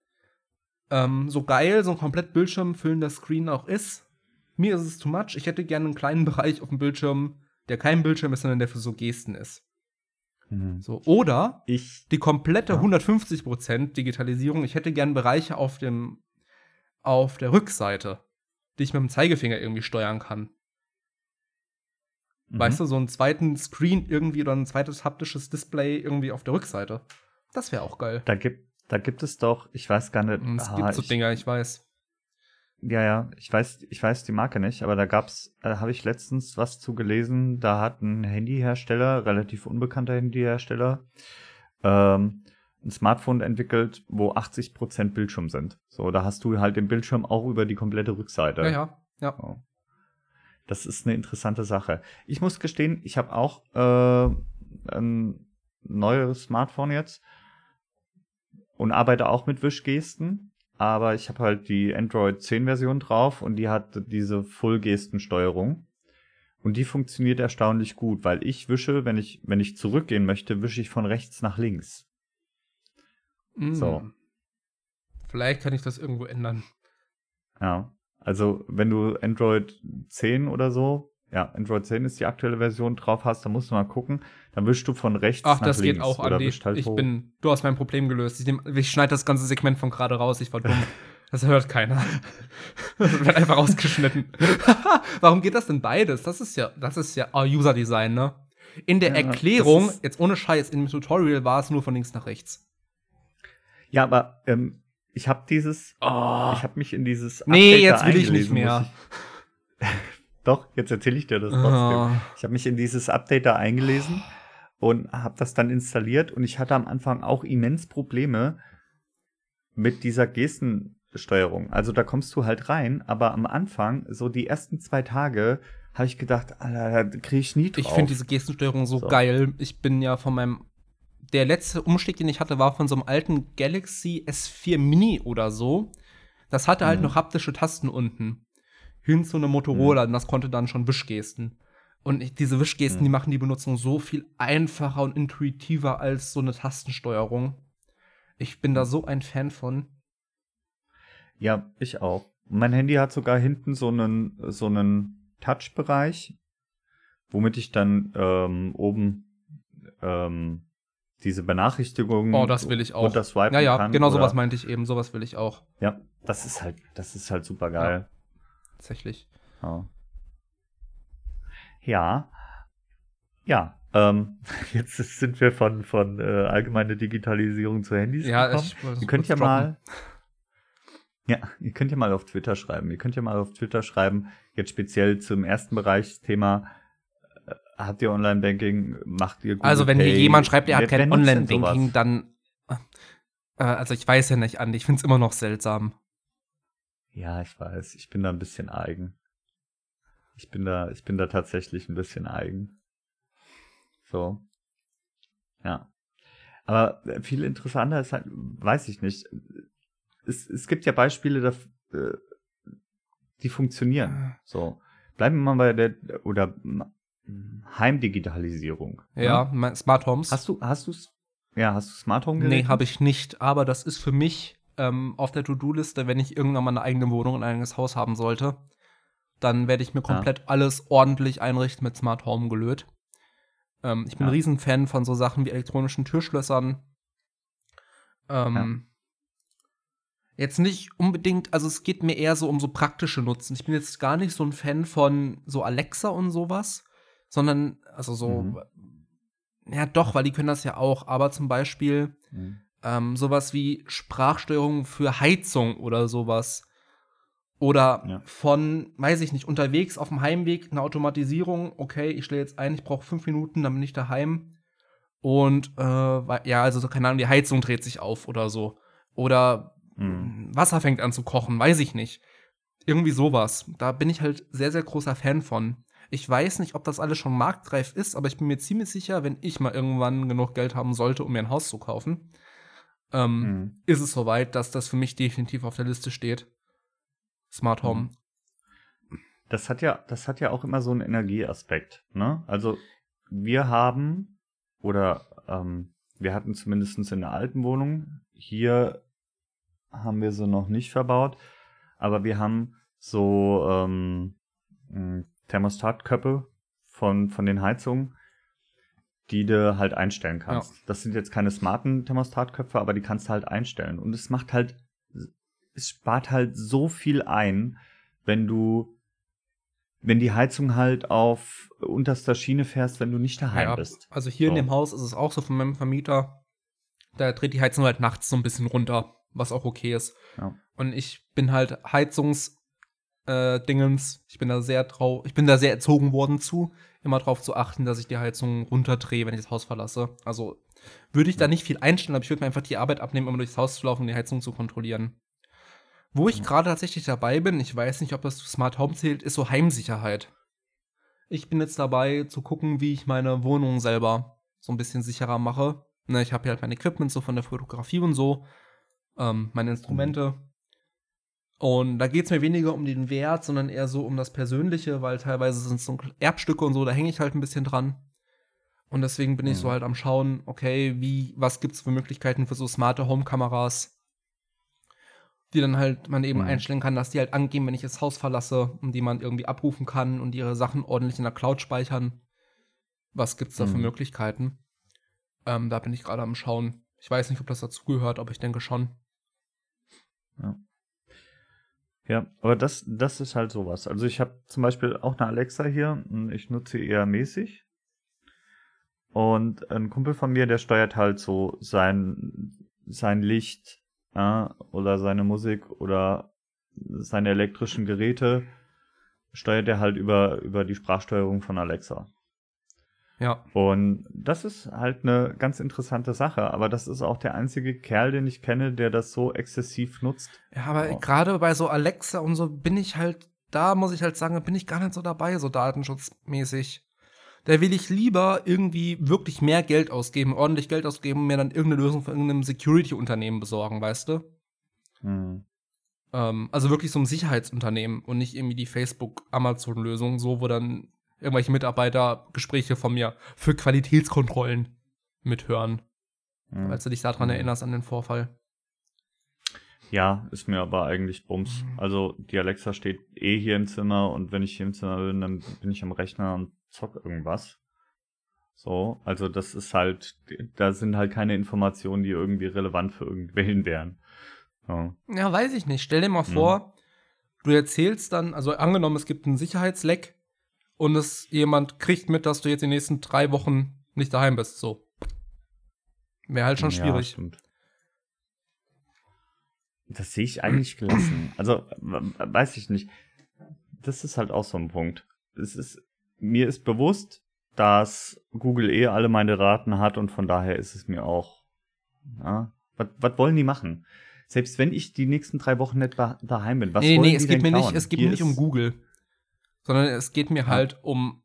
ähm, so geil so ein komplett bildschirmfüllender Screen auch ist, mir ist es too much. Ich hätte gerne einen kleinen Bereich auf dem Bildschirm, der kein Bildschirm ist, sondern der für so Gesten ist. Mhm. So, oder Ich. die komplette Ja. hundertfünfzig Prozent Digitalisierung. Ich hätte gern Bereiche auf dem auf der Rückseite, die ich mit dem Zeigefinger irgendwie steuern kann. Mhm. Weißt du, so einen zweiten Screen irgendwie oder ein zweites haptisches Display irgendwie auf der Rückseite. Das wäre auch geil. Da gibt, da gibt es doch, ich weiß gar nicht. Es ah, gibt so ich, Dinger, ich weiß. Ja, ja, ich weiß, ich weiß die Marke nicht, aber da gab's, da habe ich letztens was zu gelesen, da hat ein Handyhersteller, relativ unbekannter Handyhersteller, ähm, ein Smartphone entwickelt, wo achtzig Prozent Bildschirm sind. So, da hast du halt den Bildschirm auch über die komplette Rückseite. Ja, ja, ja. So. Das ist eine interessante Sache. Ich muss gestehen, ich habe auch äh, ein neues Smartphone jetzt und arbeite auch mit Wischgesten. Aber ich habe halt die Android zehn Version drauf und die hat diese Full-Gesten-Steuerung. Und die funktioniert erstaunlich gut, weil ich wische, wenn ich, wenn ich zurückgehen möchte, wische ich von rechts nach links. Mm. So. Vielleicht kann ich das irgendwo ändern. Ja. Also, wenn du Android zehn oder so, ja, Android zehn ist die aktuelle Version drauf hast, dann musst du mal gucken, dann wischst du von rechts Ach, nach das links. geht auch, oder Andi. wischt halt Ich hoch. bin, du hast mein Problem gelöst. Ich, nehm, ich schneide das ganze Segment von gerade raus. Ich war dumm. Das hört keiner. Das wird einfach rausgeschnitten. Warum geht das denn beides? Das ist ja, das ist ja oh, User-Design, ne? In der Ja, Erklärung, das ist- jetzt ohne Scheiß, im Tutorial war es nur von links nach rechts. Ja, aber ähm, ich habe dieses, Oh. ich habe mich in dieses Nee, Update jetzt da will ich nicht eingelesen, mehr. muss ich- Doch, jetzt erzähle ich dir das trotzdem. Oh. Ich habe mich in dieses Update da eingelesen und habe das dann installiert und ich hatte am Anfang auch immens Probleme mit dieser Gestensteuerung. Also da kommst du halt rein, aber am Anfang, so die ersten zwei Tage, habe ich gedacht, Alter, da kriege ich nie drauf. Ich finde diese Gestensteuerung so, So. geil. Ich bin ja von meinem Der letzte Umstieg, den ich hatte, war von so einem alten Galaxy S vier Mini oder so. Das hatte halt Mhm. noch haptische Tasten unten. Hin zu einem Motorola, und das konnte dann schon Wischgesten. Und ich, diese Wischgesten, Mhm. die machen die Benutzung so viel einfacher und intuitiver als so eine Tastensteuerung. Ich bin da so ein Fan von. Ja, ich auch. Mein Handy hat sogar hinten so einen, so einen Touch-Bereich, womit ich dann ähm, oben ähm, diese Benachrichtigungen Oh, das will ich auch. runterswipen Ja, ja, kann. genau oder, sowas meinte ich eben. Sowas will ich auch. Ja, das ist halt, das ist halt super geil. Tatsächlich. Ja. Ja. Ja. Ähm, jetzt sind wir von, von äh, allgemeiner Digitalisierung zu Handys Ja, gekommen. ich wollte Ihr könnt kurz ja droppen. mal. Ja, ihr könnt ja mal auf Twitter schreiben. Ihr könnt ja mal auf Twitter schreiben, jetzt speziell zum ersten Bereich, Thema, äh, habt ihr Online-Banking, macht ihr Google Also, wenn hier Pay? jemand schreibt, er hat Wer- kein wer nutzt denn Online-Banking, sowas? dann. Äh, also, ich weiß ja nicht, Andi. Ich find's immer noch seltsam. Ja, ich weiß, ich bin da ein bisschen eigen. Ich bin da, ich bin da tatsächlich ein bisschen eigen. So. Ja. Aber viel interessanter ist halt, weiß ich nicht. Es, es gibt ja Beispiele, da, äh, die funktionieren. So. Bleiben wir mal bei der, oder mm, Heimdigitalisierung. Ja, Ne? mein Smart Homes. Hast du, hast du's? Ja, hast du Smart Home Nee, Geräte? habe ich nicht. Aber das ist für mich ähm, auf der To-Do-Liste, wenn ich irgendwann mal eine eigene Wohnung und ein eigenes Haus haben sollte. Dann werde ich mir komplett alles ordentlich einrichten mit Smart Home gelöt. Ähm, ich bin Ja. ein Riesenfan von so Sachen wie elektronischen Türschlössern. Ähm, Jetzt nicht unbedingt, also es geht mir eher so um so praktische Nutzen. Ich bin jetzt gar nicht so ein Fan von so Alexa und sowas, sondern, also so, Mhm. ja doch, weil die können das ja auch, aber zum Beispiel Mhm. ähm, sowas wie Sprachsteuerung für Heizung oder sowas. Oder Ja. von, weiß ich nicht, unterwegs auf dem Heimweg eine Automatisierung. Okay, ich stelle jetzt ein, ich brauche fünf Minuten, dann bin ich daheim. Und äh, wei- ja, also so, keine Ahnung, die Heizung dreht sich auf oder so. Oder Mhm. mh, Wasser fängt an zu kochen, weiß ich nicht. Irgendwie sowas. Da bin ich halt sehr, sehr großer Fan von. Ich weiß nicht, ob das alles schon marktreif ist, aber ich bin mir ziemlich sicher, wenn ich mal irgendwann genug Geld haben sollte, um mir ein Haus zu kaufen, ähm, Mhm. ist es soweit, dass das für mich definitiv auf der Liste steht. Smart Home. Mhm. Das hat ja, das hat ja auch immer so einen Energieaspekt, ne? Also wir haben, oder ähm, wir hatten zumindest in der alten Wohnung, hier haben wir sie noch nicht verbaut, aber wir haben so ähm, m, Thermostatköpfe von, von den Heizungen, die du halt einstellen kannst. Ja. Das sind jetzt keine smarten Thermostatköpfe, aber die kannst du halt einstellen. Und es macht halt, es spart halt so viel ein, wenn du wenn die Heizung halt auf unterster Schiene fährst, wenn du nicht daheim Ja, bist. also hier in So. dem Haus ist es auch so von meinem Vermieter. Da dreht die Heizung halt nachts so ein bisschen runter, was auch okay ist. Ja. Und ich bin halt Heizungs äh, Dingens, ich bin da sehr drauf, ich bin da sehr erzogen worden zu, immer drauf zu achten, dass ich die Heizung runterdrehe, wenn ich das Haus verlasse. Also würde ich da nicht viel einstellen, aber ich würde mir einfach die Arbeit abnehmen, immer durchs Haus zu laufen und die Heizung zu kontrollieren. Wo ich Ja. gerade tatsächlich dabei bin, ich weiß nicht, ob das zu Smart Home zählt, ist so Heimsicherheit. Ich bin jetzt dabei zu gucken, wie ich meine Wohnung selber so ein bisschen sicherer mache. Ne, ich habe hier halt mein Equipment so von der Fotografie und so, ähm, meine Instrumente. Und da geht es mir weniger um den Wert, sondern eher so um das Persönliche, weil teilweise sind es so Erbstücke und so, da hänge ich halt ein bisschen dran. Und deswegen bin ich so Mhm. halt am Schauen, okay, wie, was gibt's für Möglichkeiten für so smarte Home-Kameras, die dann halt man eben Mhm. einstellen kann, dass die halt angeben, wenn ich das Haus verlasse und die man irgendwie abrufen kann und ihre Sachen ordentlich in der Cloud speichern. Was gibt's da für Mhm. Möglichkeiten? Ähm, da bin ich gerade am Schauen. Ich weiß nicht, ob das dazugehört, aber ich denke schon. Ja. Ja, aber das, das ist halt sowas. Also ich habe zum Beispiel auch eine Alexa hier. Ich nutze sie eher mäßig. Und ein Kumpel von mir, der steuert halt so sein, sein Licht äh, oder seine Musik oder seine elektrischen Geräte, steuert er halt über, über die Sprachsteuerung von Alexa. Ja. Und das ist halt eine ganz interessante Sache, aber das ist auch der einzige Kerl, den ich kenne, der das so exzessiv nutzt. Ja, aber Oh. gerade bei so Alexa und so bin ich halt, da muss ich halt sagen, bin ich gar nicht so dabei, so datenschutzmäßig. Da will ich lieber irgendwie wirklich mehr Geld ausgeben, ordentlich Geld ausgeben und mir dann irgendeine Lösung von irgendeinem Security-Unternehmen besorgen, weißt du? Hm. Ähm, also wirklich so ein Sicherheitsunternehmen und nicht irgendwie die Facebook-Amazon-Lösung, so wo dann irgendwelche Mitarbeiter Gespräche von mir für Qualitätskontrollen mithören. Hm. Falls du dich daran Hm. erinnerst an den Vorfall. Ja, ist mir aber eigentlich Bums. Mhm. Also die Alexa steht eh hier im Zimmer und wenn ich hier im Zimmer bin, dann bin ich am Rechner und zock irgendwas. So, also das ist halt, da sind halt keine Informationen, die irgendwie relevant für irgendwen wären. So. Ja, weiß ich nicht. Stell dir mal Mhm. vor, du erzählst dann, also angenommen, es gibt einen Sicherheitsleck und es jemand kriegt mit, dass du jetzt die nächsten drei Wochen nicht daheim bist. So. Wäre halt schon Ja, schwierig. stimmt. Das sehe ich eigentlich gelassen. Also, w- weiß ich nicht. Das ist halt auch so ein Punkt. Es ist, mir ist bewusst, dass Google eh alle meine Daten hat und von daher ist es mir auch, ja, was, was wollen die machen? Selbst wenn ich die nächsten drei Wochen nicht ba- daheim bin, was nee, nee, wollen nee, die es geht denn mir klauen? nicht, es geht Hier mir nicht um ist- Google, sondern es geht mir Ja. halt um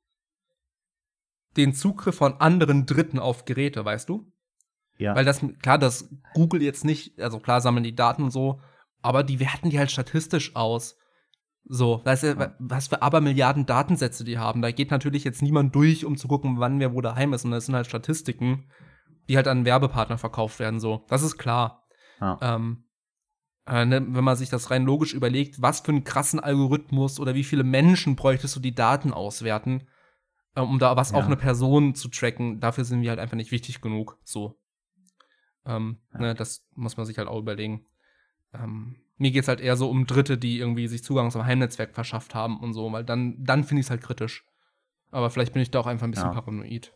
den Zugriff von anderen Dritten auf Geräte, weißt du? Ja, Weil das, klar, dass Google jetzt nicht, also klar sammeln die Daten und so, aber die werten die halt statistisch aus. So, weißt du, Ja. was für Abermilliarden Datensätze die haben. Da geht natürlich jetzt niemand durch, um zu gucken, wann wer wo daheim ist. Und das sind halt Statistiken, die halt an Werbepartner verkauft werden. So, das ist klar. ja. Ähm, äh, ne, wenn man sich das rein logisch überlegt, was für einen krassen Algorithmus oder wie viele Menschen bräuchtest du die Daten auswerten, äh, um da was Ja. auf eine Person zu tracken, dafür sind wir halt einfach nicht wichtig genug. So. Ähm, Ja. ne, das muss man sich halt auch überlegen. Ähm, mir geht's halt eher so um Dritte, die irgendwie sich Zugang zum Heimnetzwerk verschafft haben und so, weil dann, dann finde ich es halt kritisch. Aber vielleicht bin ich da auch einfach ein bisschen Ja. paranoid.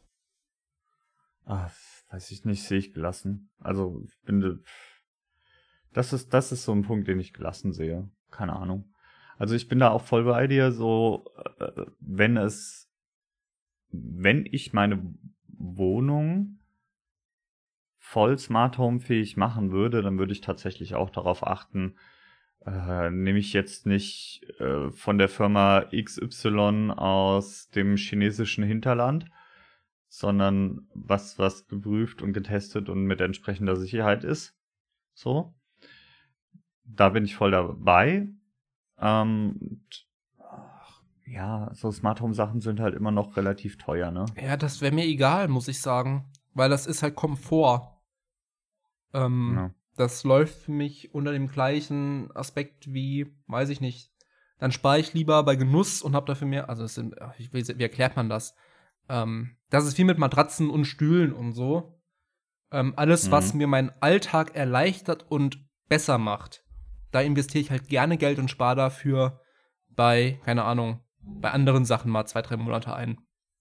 Ah, weiß ich nicht, sehe ich gelassen. Also, ich finde, das ist, das ist so ein Punkt, den ich gelassen sehe. Keine Ahnung. Also, ich bin da auch voll bei dir, so, äh, wenn es, wenn ich meine Wohnung voll Smart Home fähig machen würde, dann würde ich tatsächlich auch darauf achten, äh, nehme ich jetzt nicht äh, von der Firma X Y aus dem chinesischen Hinterland, sondern was, was geprüft und getestet und mit entsprechender Sicherheit ist. So. Da bin ich voll dabei. Ähm, und, ach, ja, so Smart Home Sachen sind halt immer noch relativ teuer, ne? Ja, das wäre mir egal, muss ich sagen. Weil das ist halt Komfort. Ähm, Ja. Das läuft für mich unter dem gleichen Aspekt wie, weiß ich nicht. Dann spare ich lieber bei Genuss und habe dafür mehr, also es sind, ach, ich weiß, wie erklärt man das? Ähm, das ist viel mit Matratzen und Stühlen und so. Ähm, alles, Mhm. was mir meinen Alltag erleichtert und besser macht. Da investiere ich halt gerne Geld und spare dafür bei, keine Ahnung, bei anderen Sachen mal zwei, drei Monate ein.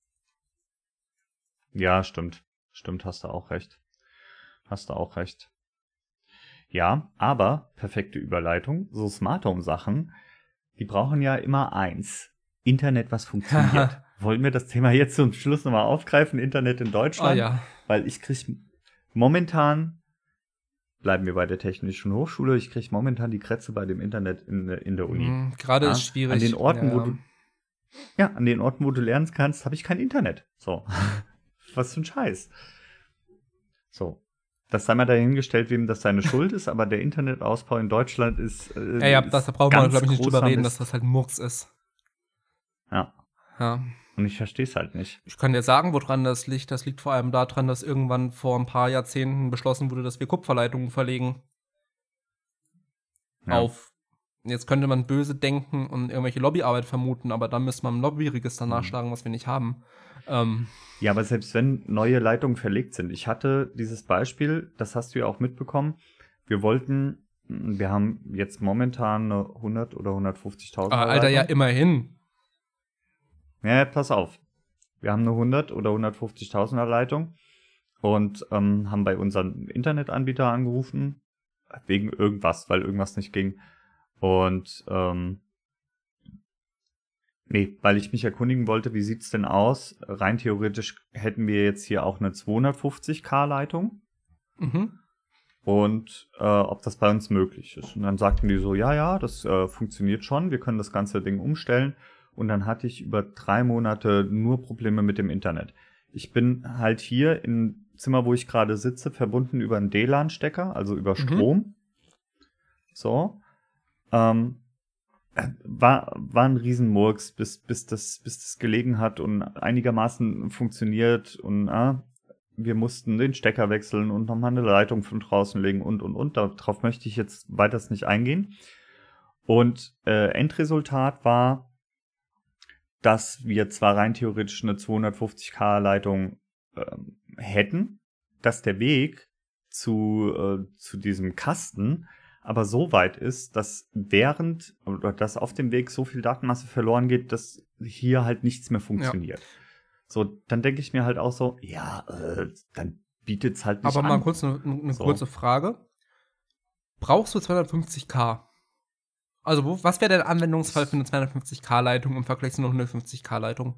Ja, stimmt. Stimmt, hast du auch recht. Hast du auch recht. Ja, aber perfekte Überleitung. So Smart Home Sachen, die brauchen ja immer eins. Internet, was funktioniert. Wollen wir das Thema jetzt zum Schluss nochmal aufgreifen? Internet in Ah Deutschland? ja. Weil ich krieg momentan, bleiben wir bei der Technischen Hochschule, ich krieg momentan die Krätze bei dem Internet in, in der Uni. Mhm, Gerade Ja, ist schwierig. An den Orten, ja, wo ja. du Ja, an den Orten, wo du lernen kannst, habe ich kein Internet. So. Was für ein Scheiß. So. Das sei mal dahingestellt, wem das seine Schuld ist, aber der Internetausbau in Deutschland ist. Äh, Ja, ja, ist das, da braucht man, ganz glaube ich, nicht drüber großer reden, Mist. dass das halt Murks ist. Ja. Ja. Und ich verstehe es halt nicht. Ich kann dir sagen, woran das liegt. Das liegt vor allem daran, dass irgendwann vor ein paar Jahrzehnten beschlossen wurde, dass wir Kupferleitungen verlegen. Ja. Auf. Jetzt könnte man böse denken und irgendwelche Lobbyarbeit vermuten, aber dann müsste man im Lobbyregister Mhm. nachschlagen, was wir nicht haben. Ähm, Ja, aber selbst wenn neue Leitungen verlegt sind. Ich hatte dieses Beispiel, das hast du ja auch mitbekommen. Wir wollten, wir haben jetzt momentan eine hundert oder hundertfünfzigtausend aber Alter, ja, Leitung. immerhin. Ja, pass auf. Wir haben eine hundert oder hundertfünfzigtausender Leitung und ähm, haben bei unserem Internetanbieter angerufen, wegen irgendwas, weil irgendwas nicht ging. Und ähm, Nee, weil ich mich erkundigen wollte, wie sieht's denn aus? Rein theoretisch hätten wir jetzt hier auch eine zweihundertfünfzig K-Leitung. Mhm. Und äh, ob das bei uns möglich ist. Und dann sagten die so, ja, ja, das äh, funktioniert schon, wir können das ganze Ding umstellen. Und dann hatte ich über drei Monate nur Probleme mit dem Internet. Ich bin halt hier im Zimmer, wo ich gerade sitze, verbunden über einen D LAN-Stecker, also über Strom. Mhm. So. Ähm, war, war ein Riesenmurks, bis, bis, das, bis das gelegen hat und einigermaßen funktioniert. Und äh, wir mussten den Stecker wechseln und nochmal eine Leitung von draußen legen und, und, und. Darauf möchte ich jetzt weiters nicht eingehen. Und äh, Endresultat war, dass wir zwar rein theoretisch eine zweihundertfünfzig K-Leitung äh, hätten, dass der Weg zu, äh, zu diesem Kasten aber so weit ist, dass während oder dass auf dem Weg so viel Datenmasse verloren geht, dass hier halt nichts mehr funktioniert. Ja. So, dann denke ich mir halt auch so, ja, äh, dann bietet es halt nicht aber an. Aber mal kurz eine, eine so. kurze Frage. Brauchst du zweihundertfünfzig K? Also, wo, was wäre der Anwendungsfall für eine zweihundertfünfzig K-Leitung im Vergleich zu einer hundertfünfzig K-Leitung?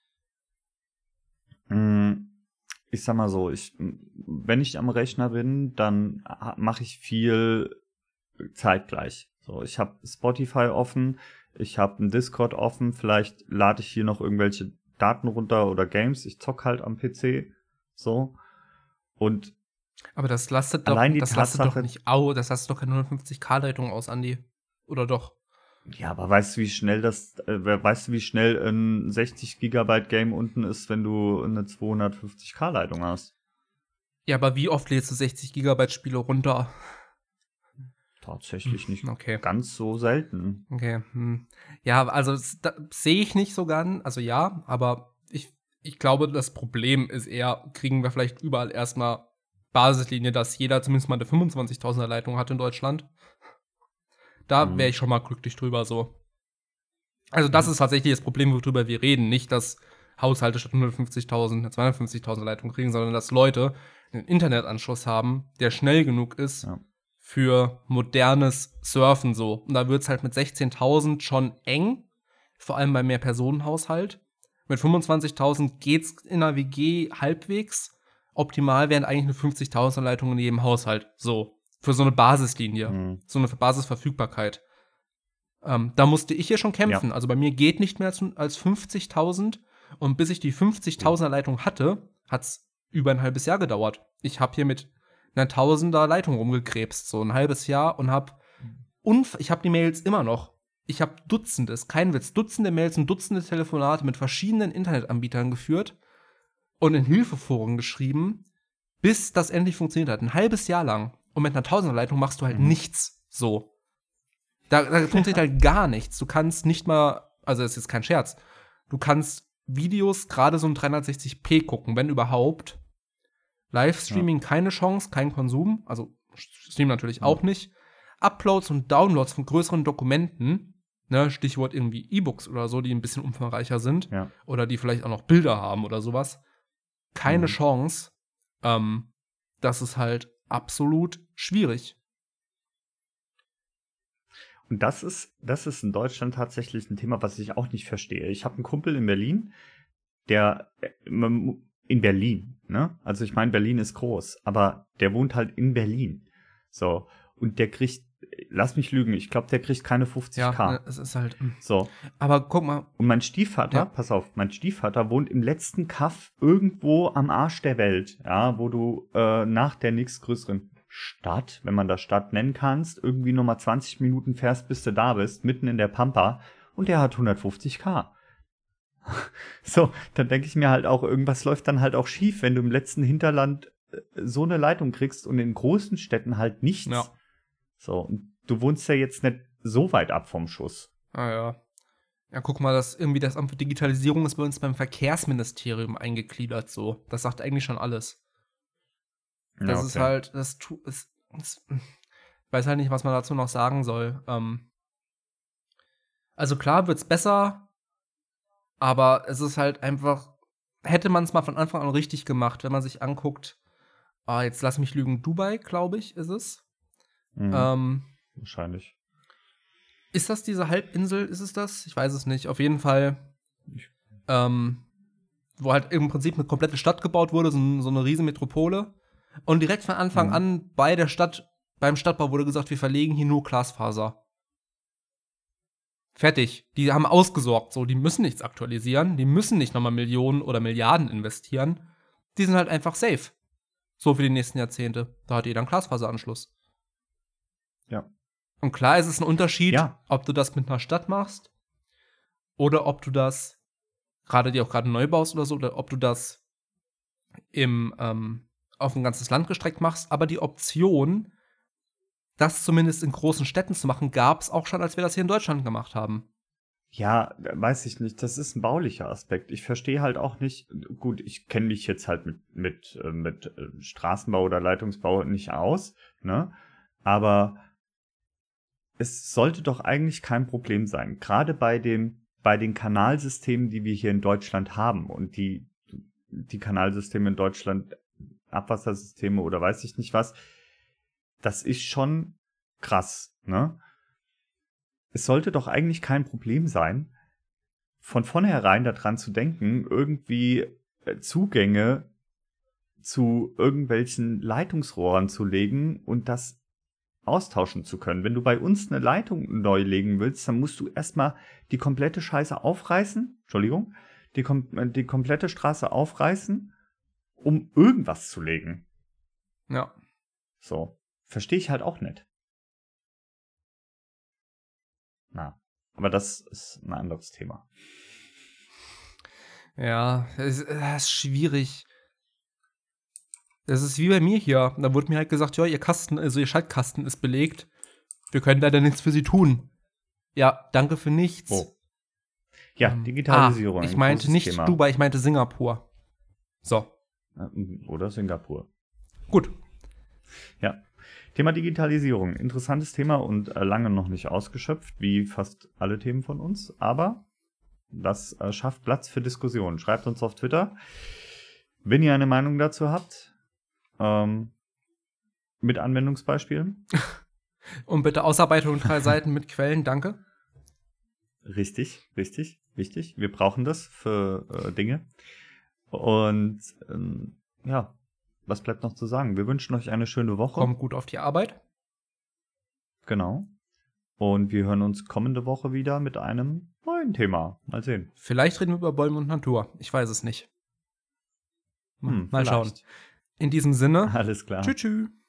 Ich sag mal so, ich, wenn ich am Rechner bin, dann mache ich viel zeitgleich. So, ich habe Spotify offen, ich habe einen Discord offen, vielleicht lade ich hier noch irgendwelche Daten runter oder Games, ich zock halt am P C, so. Und aber das lastet doch, das lastet doch nicht aus, das lastet doch keine hundertfünfzig K-Leitung aus, Andi. Oder doch? Ja, aber weißt du, wie schnell das, äh, weißt du, wie schnell ein sechzig Gigabyte Game unten ist, wenn du eine zweihundertfünfzig K-Leitung hast? Ja, aber wie oft lädst du sechzig Gigabyte Spiele runter? Tatsächlich nicht okay. ganz so selten. Okay. Hm. Ja, also sehe ich nicht so ganz, also ja, aber ich, ich glaube, das Problem ist eher, kriegen wir vielleicht überall erstmal Basislinie, dass jeder zumindest mal eine fünfundzwanzigtausender Leitung hat in Deutschland. Da wäre ich schon mal glücklich drüber, so. Also das mhm. ist tatsächlich das Problem, worüber wir reden. Nicht, dass Haushalte statt hundertfünfzigtausend eine zweihundertfünfzigtausend Leitung kriegen, sondern dass Leute einen Internetanschluss haben, der schnell genug ist, ja, für modernes Surfen so. Und da wird es halt mit sechzehntausend schon eng, vor allem bei Mehrpersonenhaushalt. Mit fünfundzwanzigtausend geht's in der W G halbwegs. Optimal wären eigentlich eine fünfzigtausender Leitung in jedem Haushalt. So, für so eine Basislinie, mhm. so eine Basisverfügbarkeit. Ähm, da musste ich hier schon kämpfen. Ja. Also bei mir geht nicht mehr als, als fünfzigtausend. Und bis ich die fünfzigtausender Leitung hatte, hat's über ein halbes Jahr gedauert. Ich habe hier mit einer Tausender Leitung rumgekrebst, so ein halbes Jahr, und hab unf- ich habe die Mails immer noch. Ich habe Dutzende, ist kein Witz, Dutzende Mails und Dutzende Telefonate mit verschiedenen Internetanbietern geführt und in Hilfeforen geschrieben, bis das endlich funktioniert hat. Ein halbes Jahr lang. Und mit einer Tausender Leitung machst du halt mhm. nichts. So. Da, da funktioniert halt gar nichts. Du kannst nicht mal, also das ist jetzt kein Scherz, du kannst Videos gerade so in dreihundertsechzig p gucken, wenn überhaupt. Livestreaming ja. keine Chance, kein Konsum, also Stream natürlich ja. auch nicht. Uploads und Downloads von größeren Dokumenten, ne, Stichwort irgendwie E-Books oder so, die ein bisschen umfangreicher sind ja. oder die vielleicht auch noch Bilder haben oder sowas. Keine mhm. Chance. Ähm, das ist halt absolut schwierig. Und das ist, das ist in Deutschland tatsächlich ein Thema, was ich auch nicht verstehe. Ich habe einen Kumpel in Berlin, der in Berlin, ne? Also ich meine, Berlin ist groß, aber der wohnt halt in Berlin. So, und der kriegt, lass mich lügen, ich glaube, der kriegt keine fünfzig K. Ja, es ist halt. So. Aber guck mal. Und mein Stiefvater, ja. pass auf, mein Stiefvater wohnt im letzten Kaff irgendwo am Arsch der Welt, ja, wo du äh, nach der nächstgrößeren Stadt, wenn man das Stadt nennen kannst, irgendwie nochmal zwanzig Minuten fährst, bis du da bist, mitten in der Pampa, und der hat hundertfünfzig K. So, dann denke ich mir halt auch, irgendwas läuft dann halt auch schief, wenn du im letzten Hinterland so eine Leitung kriegst und in großen Städten halt nichts. Ja. So, und du wohnst ja jetzt nicht so weit ab vom Schuss. Ah ja. Ja, guck mal, das irgendwie das Amt für Digitalisierung ist bei uns beim Verkehrsministerium eingegliedert, so. Das sagt eigentlich schon alles. Das ja, okay. ist halt, das tut, es, es, ich weiß halt nicht, was man dazu noch sagen soll. Ähm, also klar wird's besser, aber es ist halt einfach, hätte man es mal von Anfang an richtig gemacht, wenn man sich anguckt, ah, jetzt lass mich lügen, Dubai, glaube ich, ist es. Mhm. Ähm, Wahrscheinlich. Ist das diese Halbinsel? Ist es das? Ich weiß es nicht. Auf jeden Fall, ähm, wo halt im Prinzip eine komplette Stadt gebaut wurde, so, so eine riesen Metropole. Und direkt von Anfang Mhm. an bei der Stadt, beim Stadtbau wurde gesagt, wir verlegen hier nur Glasfaser. Fertig. Die haben ausgesorgt, so. Die müssen nichts aktualisieren. Die müssen nicht nochmal Millionen oder Milliarden investieren. Die sind halt einfach safe. So für die nächsten Jahrzehnte. Da hat jeder einen Glasfaseranschluss. Ja. Und klar ist es ein Unterschied, Ja. ob du das mit einer Stadt machst oder ob du das, gerade die auch gerade neu baust oder so, oder ob du das im, ähm, auf ein ganzes Land gestreckt machst. Aber die Option, das zumindest in großen Städten zu machen, gab es auch schon, als wir das hier in Deutschland gemacht haben. Ja, weiß ich nicht. Das ist ein baulicher Aspekt. Ich verstehe halt auch nicht, gut, ich kenne mich jetzt halt mit, mit, äh, mit äh, Straßenbau oder Leitungsbau nicht aus, ne? Aber es sollte doch eigentlich kein Problem sein. Gerade bei den, bei den Kanalsystemen, die wir hier in Deutschland haben und die, die Kanalsysteme in Deutschland, Abwassersysteme oder weiß ich nicht was, das ist schon krass, ne? Es sollte doch eigentlich kein Problem sein, von vornherein daran zu denken, irgendwie Zugänge zu irgendwelchen Leitungsrohren zu legen und das austauschen zu können. Wenn du bei uns eine Leitung neu legen willst, dann musst du erstmal die komplette Scheiße aufreißen, Entschuldigung, die, kom- die komplette Straße aufreißen, um irgendwas zu legen. Ja. So, verstehe ich halt auch nicht. Na, aber das ist ein anderes Thema. Ja, es es ist schwierig. Das ist wie bei mir hier. Da wurde mir halt gesagt, ja, ihr Kasten, also ihr Schaltkasten ist belegt. Wir können leider nichts für sie tun. Ja, danke für nichts. Oh. Ja, Ähm, Digitalisierung. Ah, ich ein meinte großes nicht Thema. Dubai, ich meinte Singapur. So, Oder Singapur. gut. Ja. Thema Digitalisierung. Interessantes Thema und äh, lange noch nicht ausgeschöpft, wie fast alle Themen von uns. Aber das äh, schafft Platz für Diskussionen. Schreibt uns auf Twitter, wenn ihr eine Meinung dazu habt. Ähm, mit Anwendungsbeispielen. Und bitte Ausarbeitung drei Seiten mit Quellen, danke. Richtig, richtig, wichtig. Wir brauchen das für äh, Dinge. Und ähm, ja, was bleibt noch zu sagen? Wir wünschen euch eine schöne Woche. Kommt gut auf die Arbeit. Genau. Und wir hören uns kommende Woche wieder mit einem neuen Thema. Mal sehen. Vielleicht reden wir über Bäume und Natur. Ich weiß es nicht. Mal, Hm, mal schauen. vielleicht. In diesem Sinne, Alles klar. tschüss, tschüss.